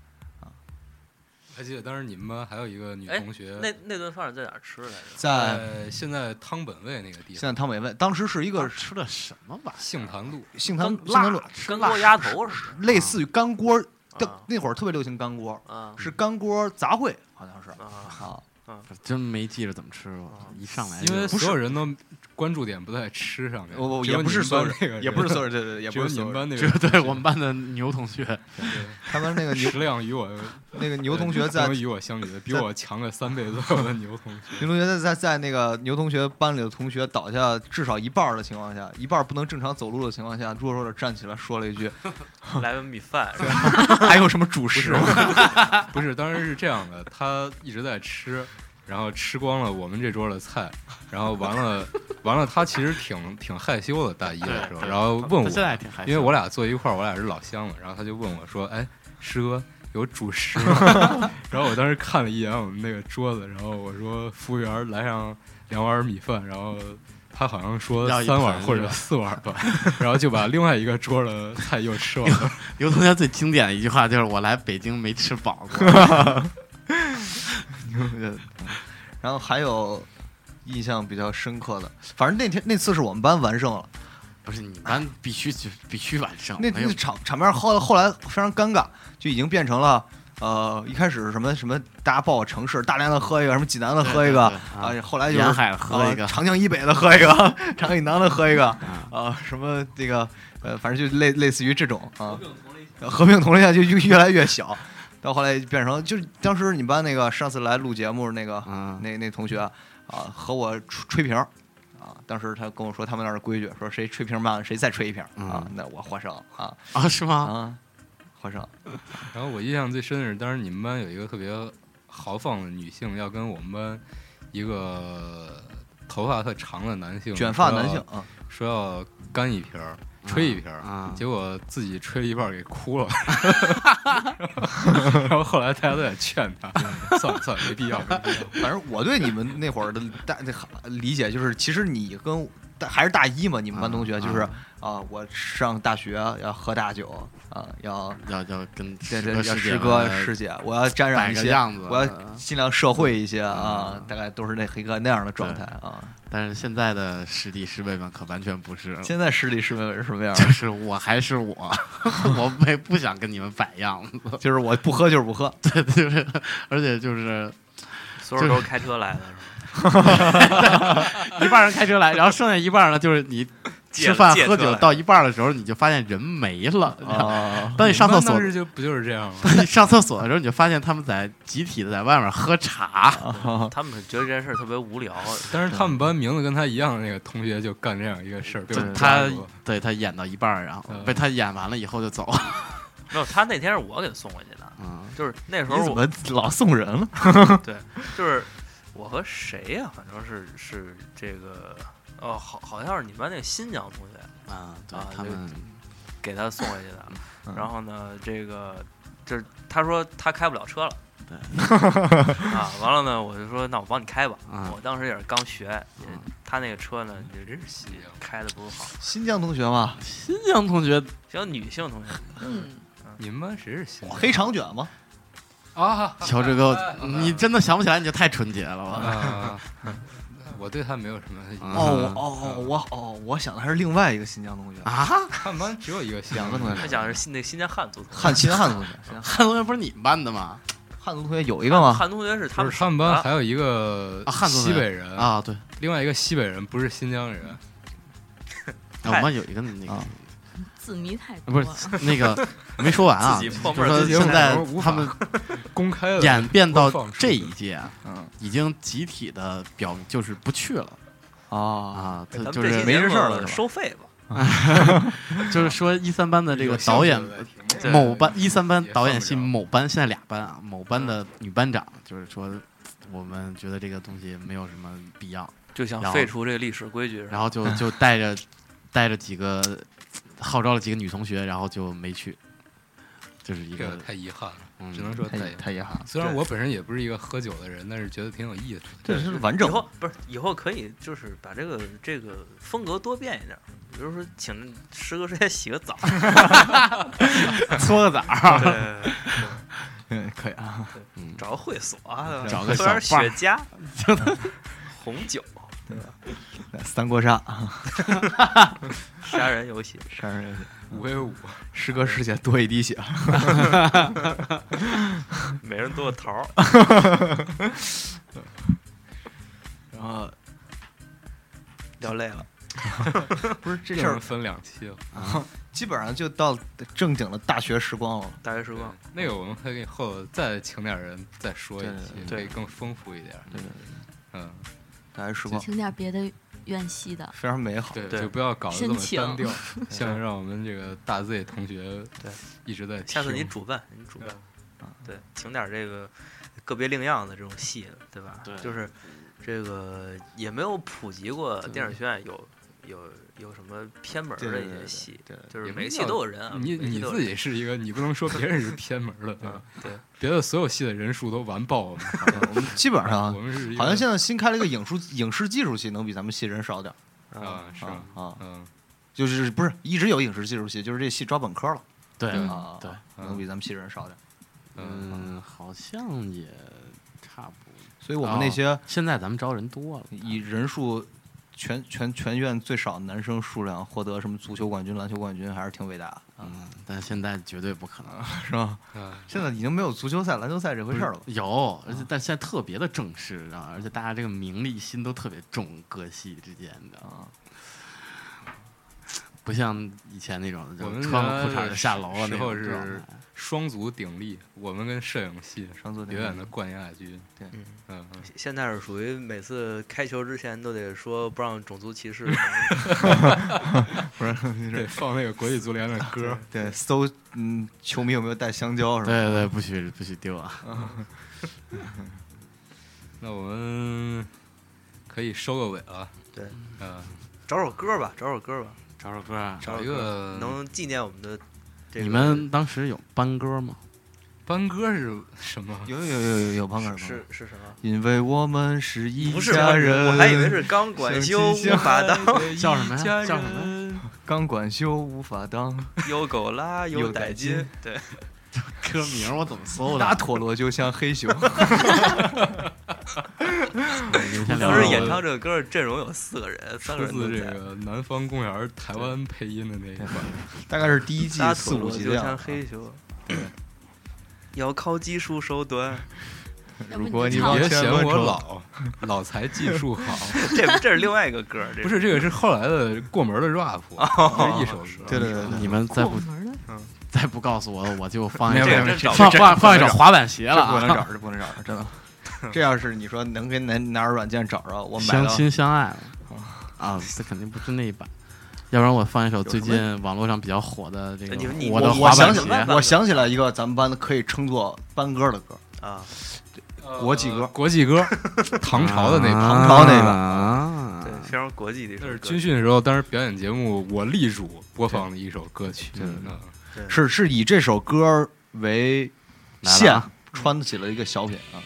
还记得当时你们班还有一个女同学， 那那顿饭是在哪儿吃来着？ 在现在汤本卫那个地方。 现在汤本卫，当时是一个吃的什么玩意儿？ 杏坛路， 杏坛杏坛路干锅鸭头是类似于干锅，那会儿特别流行干锅，是干锅杂烩，好像是啊啊， 真没记着怎么吃过，一上来因为所有人都关注点不在吃上面， 我也不是所有人，也不是所有人，对对，也不是你们班那个，对我们班的牛同学， 他们那个食量与我那个牛同学在与我相比的比我强了三倍左右的牛同学， 牛同学在在在那个牛同学班里的同学倒下至少一半的情况下，一半不能正常走路的情况下，弱弱的站起来说了一句：“ 来碗米饭， 还有什么主食？” 不是，当时是这样的，他一直在吃。然后吃光了我们这桌的菜，然后完了，完了，他其实挺挺害羞的，大一的时候，然后问我，因为我俩坐一块儿，我俩是老乡了，然后他就问我说：“哎，师哥有主食吗？”然后我当时看了一眼我们那个桌子，然后我说：“服务员来上两碗米饭。”然后他好像说三碗或者四碗吧，然后就把另外一个桌的菜又吃完了。 刘同学最经典的一句话就是：“我来北京没吃饱过。” 然后还有印象比较深刻的，反正那天那次是我们班完胜了。 不是你班必须就必须完胜， 那那场场面后后来非常尴尬，就已经变成了呃一开始什么什么大家报我城市，大连的喝一个，什么济南的喝一个啊，后来就是沿海喝一个， 长江以北的喝一个，长江以南的喝一个啊，什么这个呃反正就类类似于这种啊，合并同类项就越来越小，到后来变成就是当时你们班那个上次来录节目那个那那同学啊和我吹瓶。啊！当时他跟我说他们那儿的规矩，说谁吹瓶慢，谁再吹一瓶、嗯、啊！那我获胜啊！ 啊，是吗？ 啊，获胜。 然后我印象最深的是，当时你们班有一个特别豪放的女性，要跟我们班一个头发特长的男性， 卷发男性啊， 说要干一瓶。吹一瓶、 啊， 结果自己吹了一半给哭了，然后后来大家都在劝他，算了算了，没必要。没必要。 反正我对你们那会儿的大理解就是，其实你跟还是大一嘛，你们班同学、啊、就是啊、呃，我上大学要喝大酒啊，要要要跟对对要师哥师姐，我要沾染一些样子， 我要尽量社会一些啊，大概都是那一个那样的状态啊。 但是现在的师弟师妹们可完全不是了。 现在师弟师妹们是什么样？ 就是我还是我，我没不想跟你们摆样子， 就是我不喝就是不喝， 对对对，而且就是所有人都是开车来的，是吧？ 一半人开车来，然后剩下一半呢，就是你吃饭喝酒到一半的时候，你就发现人没了。 哦， 当你上厕所， 当时就不就是这样吗？ 当你上厕所的时候，你就发现他们在集体的在外面喝茶。 哦、他们觉得这件事特别无聊。 但是他们班名字跟他一样的那个同学就干这样一个事儿， 对他对他演到一半，然后被他演完了以后就走。 没有，他那天是我给他送回去的。嗯，就是那时候我怎么老送人了？ 对，就是我和谁呀、啊？反正是是这个。哦，好，好像是你们班那个新疆同学啊，对啊， 他们给他送回去的。嗯、然后呢，这个就是他说他开不了车了， 对啊，完了呢，我就说那我帮你开吧。 啊、 我当时也是刚学，嗯、他那个车呢，也真是开的不是好。 新疆同学嘛， 新疆同学， 叫女性同学。 嗯， 你们班谁是新疆？ 黑长卷吗？ 啊， 乔志哥，你真的想不起来，你就太纯洁了吧？ 啊我对他没有什么印象。 哦哦，我哦，我想的还是另外一个新疆同学啊。 他们班只有一个新疆同学， 他讲的是新那个新疆汉族同学， 汉新汉族同学， 汉同学不是你们班的吗？ 汉族同学有一个吗？ 汉同学是他们他们班还有一个汉族西北人啊，对， 另外一个西北人不是新疆人。 我们班有一个那个。 字谜太多了，不是那个没说完啊，就是说现在他们公开了演变到这一届，嗯，已经集体的表就是不去了啊啊，他就是没这事儿了， 收费吧， 就是说一三班的这个导演，某班一三班导演系某班现在俩班啊，某班的女班长就是说，我们觉得这个东西没有什么必要， 就想废除这个历史规矩， 然后就就带着带着几个。号召了几个女同学，然后就没去，就是一个太遗憾了， 嗯、 只能说太太遗憾了。 虽然我本身也不是一个喝酒的人，但是觉得挺有意思的。 这是完整。 以后不是以后可以就是把这个这个风格多变一点，比如说请师哥师姐洗个澡， 搓个澡， 对， 嗯，可以啊， 嗯，找个会所啊， 找个喝点雪茄，红酒。 对吧？三国杀， 杀人游戏， 杀人游戏， 五 v 五， 师哥师姐多一滴血， 每人多个桃儿， 然后聊累了， 不是这事儿分两期了啊，基本上就到正经的大学时光了。 大学时光， 那个我们可以后再请点人再说一期， 对， 可以更丰富一点。 对对对， 嗯。 大学时光， 请点别的院系的， 非常美好。 对，就不要搞得这么单调，像让我们这个大 Z 同学对一直在。 下次你主办，你主办，啊，对，请点这个个别另样的这种戏，对吧？ 对， 就是这个也没有普及过电影学院有有有什么偏门的一些戏， 对， 就是每个戏都有人啊。 你你自己是一个，你不能说别人是偏门的，对吧？ 对， 别的所有戏的人数都完爆了。 我们基本上， 我们是好像现在新开了一个影视影视技术系，能比咱们系人少点。 啊，是吧？ 啊， 嗯， 就是不是一直有影视技术系，就是这系招本科了。 对啊， 对， 可能比咱们系人少点。 嗯，好像也差不多。 所以我们那些现在咱们招人多了， 以人数全全全院最少的男生数量获得什么足球冠军、篮球冠军，还是挺伟大的。 嗯，但现在绝对不可能， 是吧？现在已经没有足球赛、篮球赛这回事了。 有，而且但现在特别的正式啊，而且大家这个名利心都特别重，各系之间的啊。不像以前那种，就穿个裤衩就下楼啊。 时候是双足鼎立，我们跟摄影系双足永远的冠亚军。 对， 嗯嗯， 现在是属于每次开球之前都得说不让种族歧视， 不是得放那个国际足联的歌， 对，搜嗯球迷有没有带香蕉是吧？ 对对，不许不许丢啊。 那我们可以收个尾了。 对， 嗯， 找首歌吧，找首歌吧。 找首歌， 找一个能纪念我们的、这个。 你们当时有班歌吗？ 班歌是什么？ 有有有有有班歌是是什么？ 因为我们是一家人。 我还以为是钢管修无法当。 叫什么呀？叫什么？ 钢管修无法当。 有狗拉有带劲。对， 歌名我怎么搜的？ 大陀螺就像黑熊。 当时演唱这个歌的阵容有四个人，三个人出自这个《南方公园》台湾配音的那一版， 大概是第一季四五集就像黑熊，对，要靠技术手段。 如果你别嫌我老，老才技术好。 这这是另外一个歌， 不是这个是后来的过门的 rap， 这是一首歌。 对对对， 你们再不再不告诉我，我就放一首放放放一首滑板鞋了。 不能找，这不能找，真的。这要是你说能跟哪哪软件找着，我买相亲相爱了啊，这肯定不是那一版。要不然我放一首最近网络上比较火的这个我的滑板鞋。 我想起来一个咱们班的可以称作班歌的歌啊， 国际歌， 国际歌，唐朝的那唐朝那版，对，非常国际的一首。 那是军训的时候，当时表演节目我力主播放的一首歌曲， 是是以这首歌为线穿起了一个小品啊。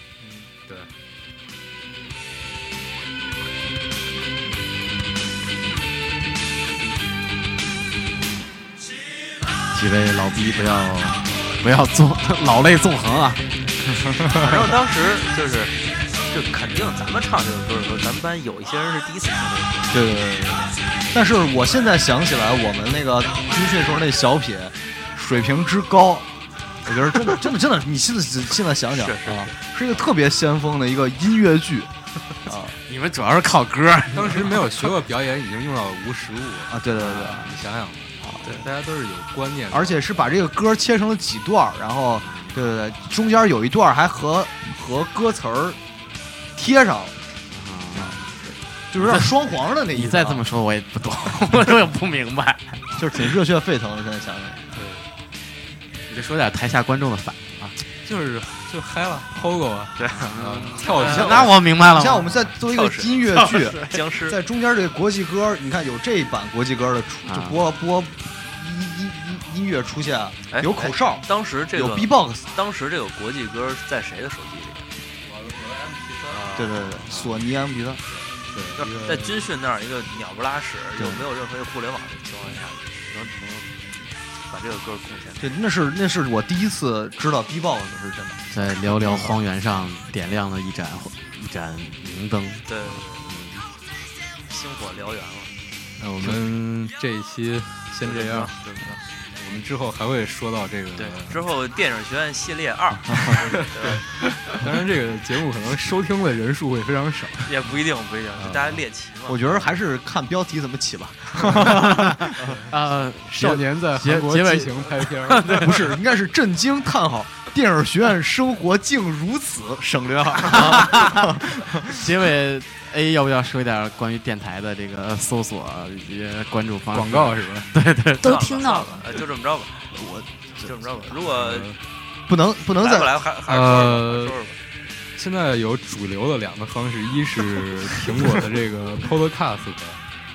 几位老逼不要不要纵老泪纵横啊！ 反正当时就是，就肯定咱们唱这个歌的时候，咱们班有一些人是第一次听这个歌。 对对对对。但是我现在想起来，我们那个军训时候那小品水平之高，我觉得真的真的真的，你现在现在想想啊，是一个特别先锋的一个音乐剧啊。 你们主要是靠歌， 当时没有学过表演，已经用到无实物啊。对对对， 你想想。对，大家都是有观念的， 而且是把这个歌切成了几段，然后，对对对，中间有一段还和和歌词儿贴上了，啊，就是有点双簧的那意思。 你再这么说，我也不懂，我也不明白， 就是挺热血沸腾的。现在想想， 对， 你就说点台下观众的反应啊， 就是就嗨了 ，Pogo 啊， 对， 跳舞。 那我明白了。 像我们在做一个音乐剧， 僵尸在中间这个国际歌，你看有这一版国际歌的出，就播播。音音音音乐出现，有口哨。 当时这个有 B-box， 当时这个国际歌在谁的手机里？ 我的我的 M P 三。 对对对，索尼 M P 三。 对，在军训那儿一个鸟不拉屎，又没有任何互联网的情况下，能能把这个歌贡献。 对，那是那是我第一次知道 B-box 是真的。 在寥寥荒原上点亮了一盏一盏明灯。 对，星火燎原了。 那我们这一期先这样， 对不对？ 我们之后还会说到这个， 对，之后电影学院系列二， 当然这个节目可能收听的人数会非常少， 也不一定，不一定，就大家猎奇嘛。 我觉得还是看标题怎么起吧。 呃， 少年在韩国激情拍片， 不是，应该是震惊叹号。电影学院生活竟如此，省略号。 结尾 A 要不要说一点关于电台的这个搜索以及关注方式？ 广告是吧？ 对对， 都听到了， 就这么着吧。我就这么着吧。如果不能不能再来，还还呃，现在有主流的两个方式，一是苹果的这个 Podcast，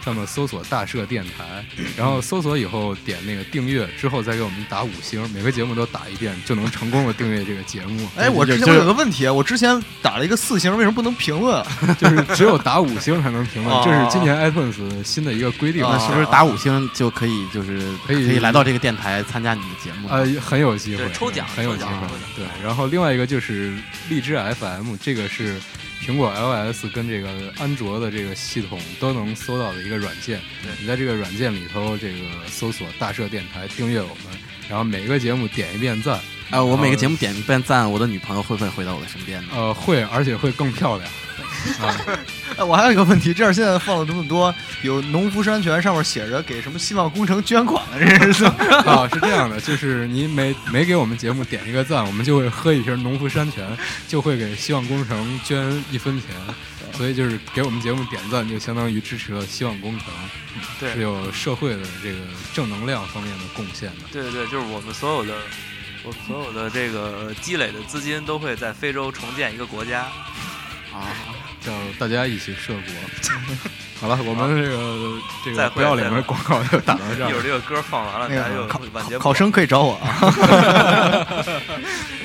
上面搜索大社电台，然后搜索以后点那个订阅之后再给我们打五星，每个节目都打一遍就能成功的订阅这个节目。 哎，我之前有个问题，我之前打了一个四星，为什么不能评论？ 就是只有打五星才能评论，这是今年 iTunes 新的一个规定。 那是不是打五星就可以就是可以可以来到这个电台参加你的节目？ 呃，很有机会， 抽奖很有机会。对，然后另外一个就是荔枝 F M， 这个是苹果 iOS 跟这个安卓的这个系统都能搜到的一个软件。你在这个软件里头，这个搜索大社电台，订阅我们，然后每个节目点一遍赞。 啊，我每个节目点一遍赞，我的女朋友会不会回到我的身边呢？ 呃，会，而且会更漂亮。啊， 哎，我还有一个问题，这儿现在放了这么多，有农夫山泉上面写着给什么希望工程捐款的，这是啊，是这样的，就是你每每给我们节目点一个赞，我们就会喝一瓶农夫山泉，就会给希望工程捐一分钱，所以就是给我们节目点赞，就相当于支持了希望工程， 对， 是有社会的这个正能量方面的贡献的。 对对对，就是我们所有的，我所有的这个积累的资金都会在非洲重建一个国家。 啊，叫大家一起设国。好了，我们这个这个不要脸的广告就打到这儿。 一会儿这个歌放完了，大家就考晚节考生可以找我啊。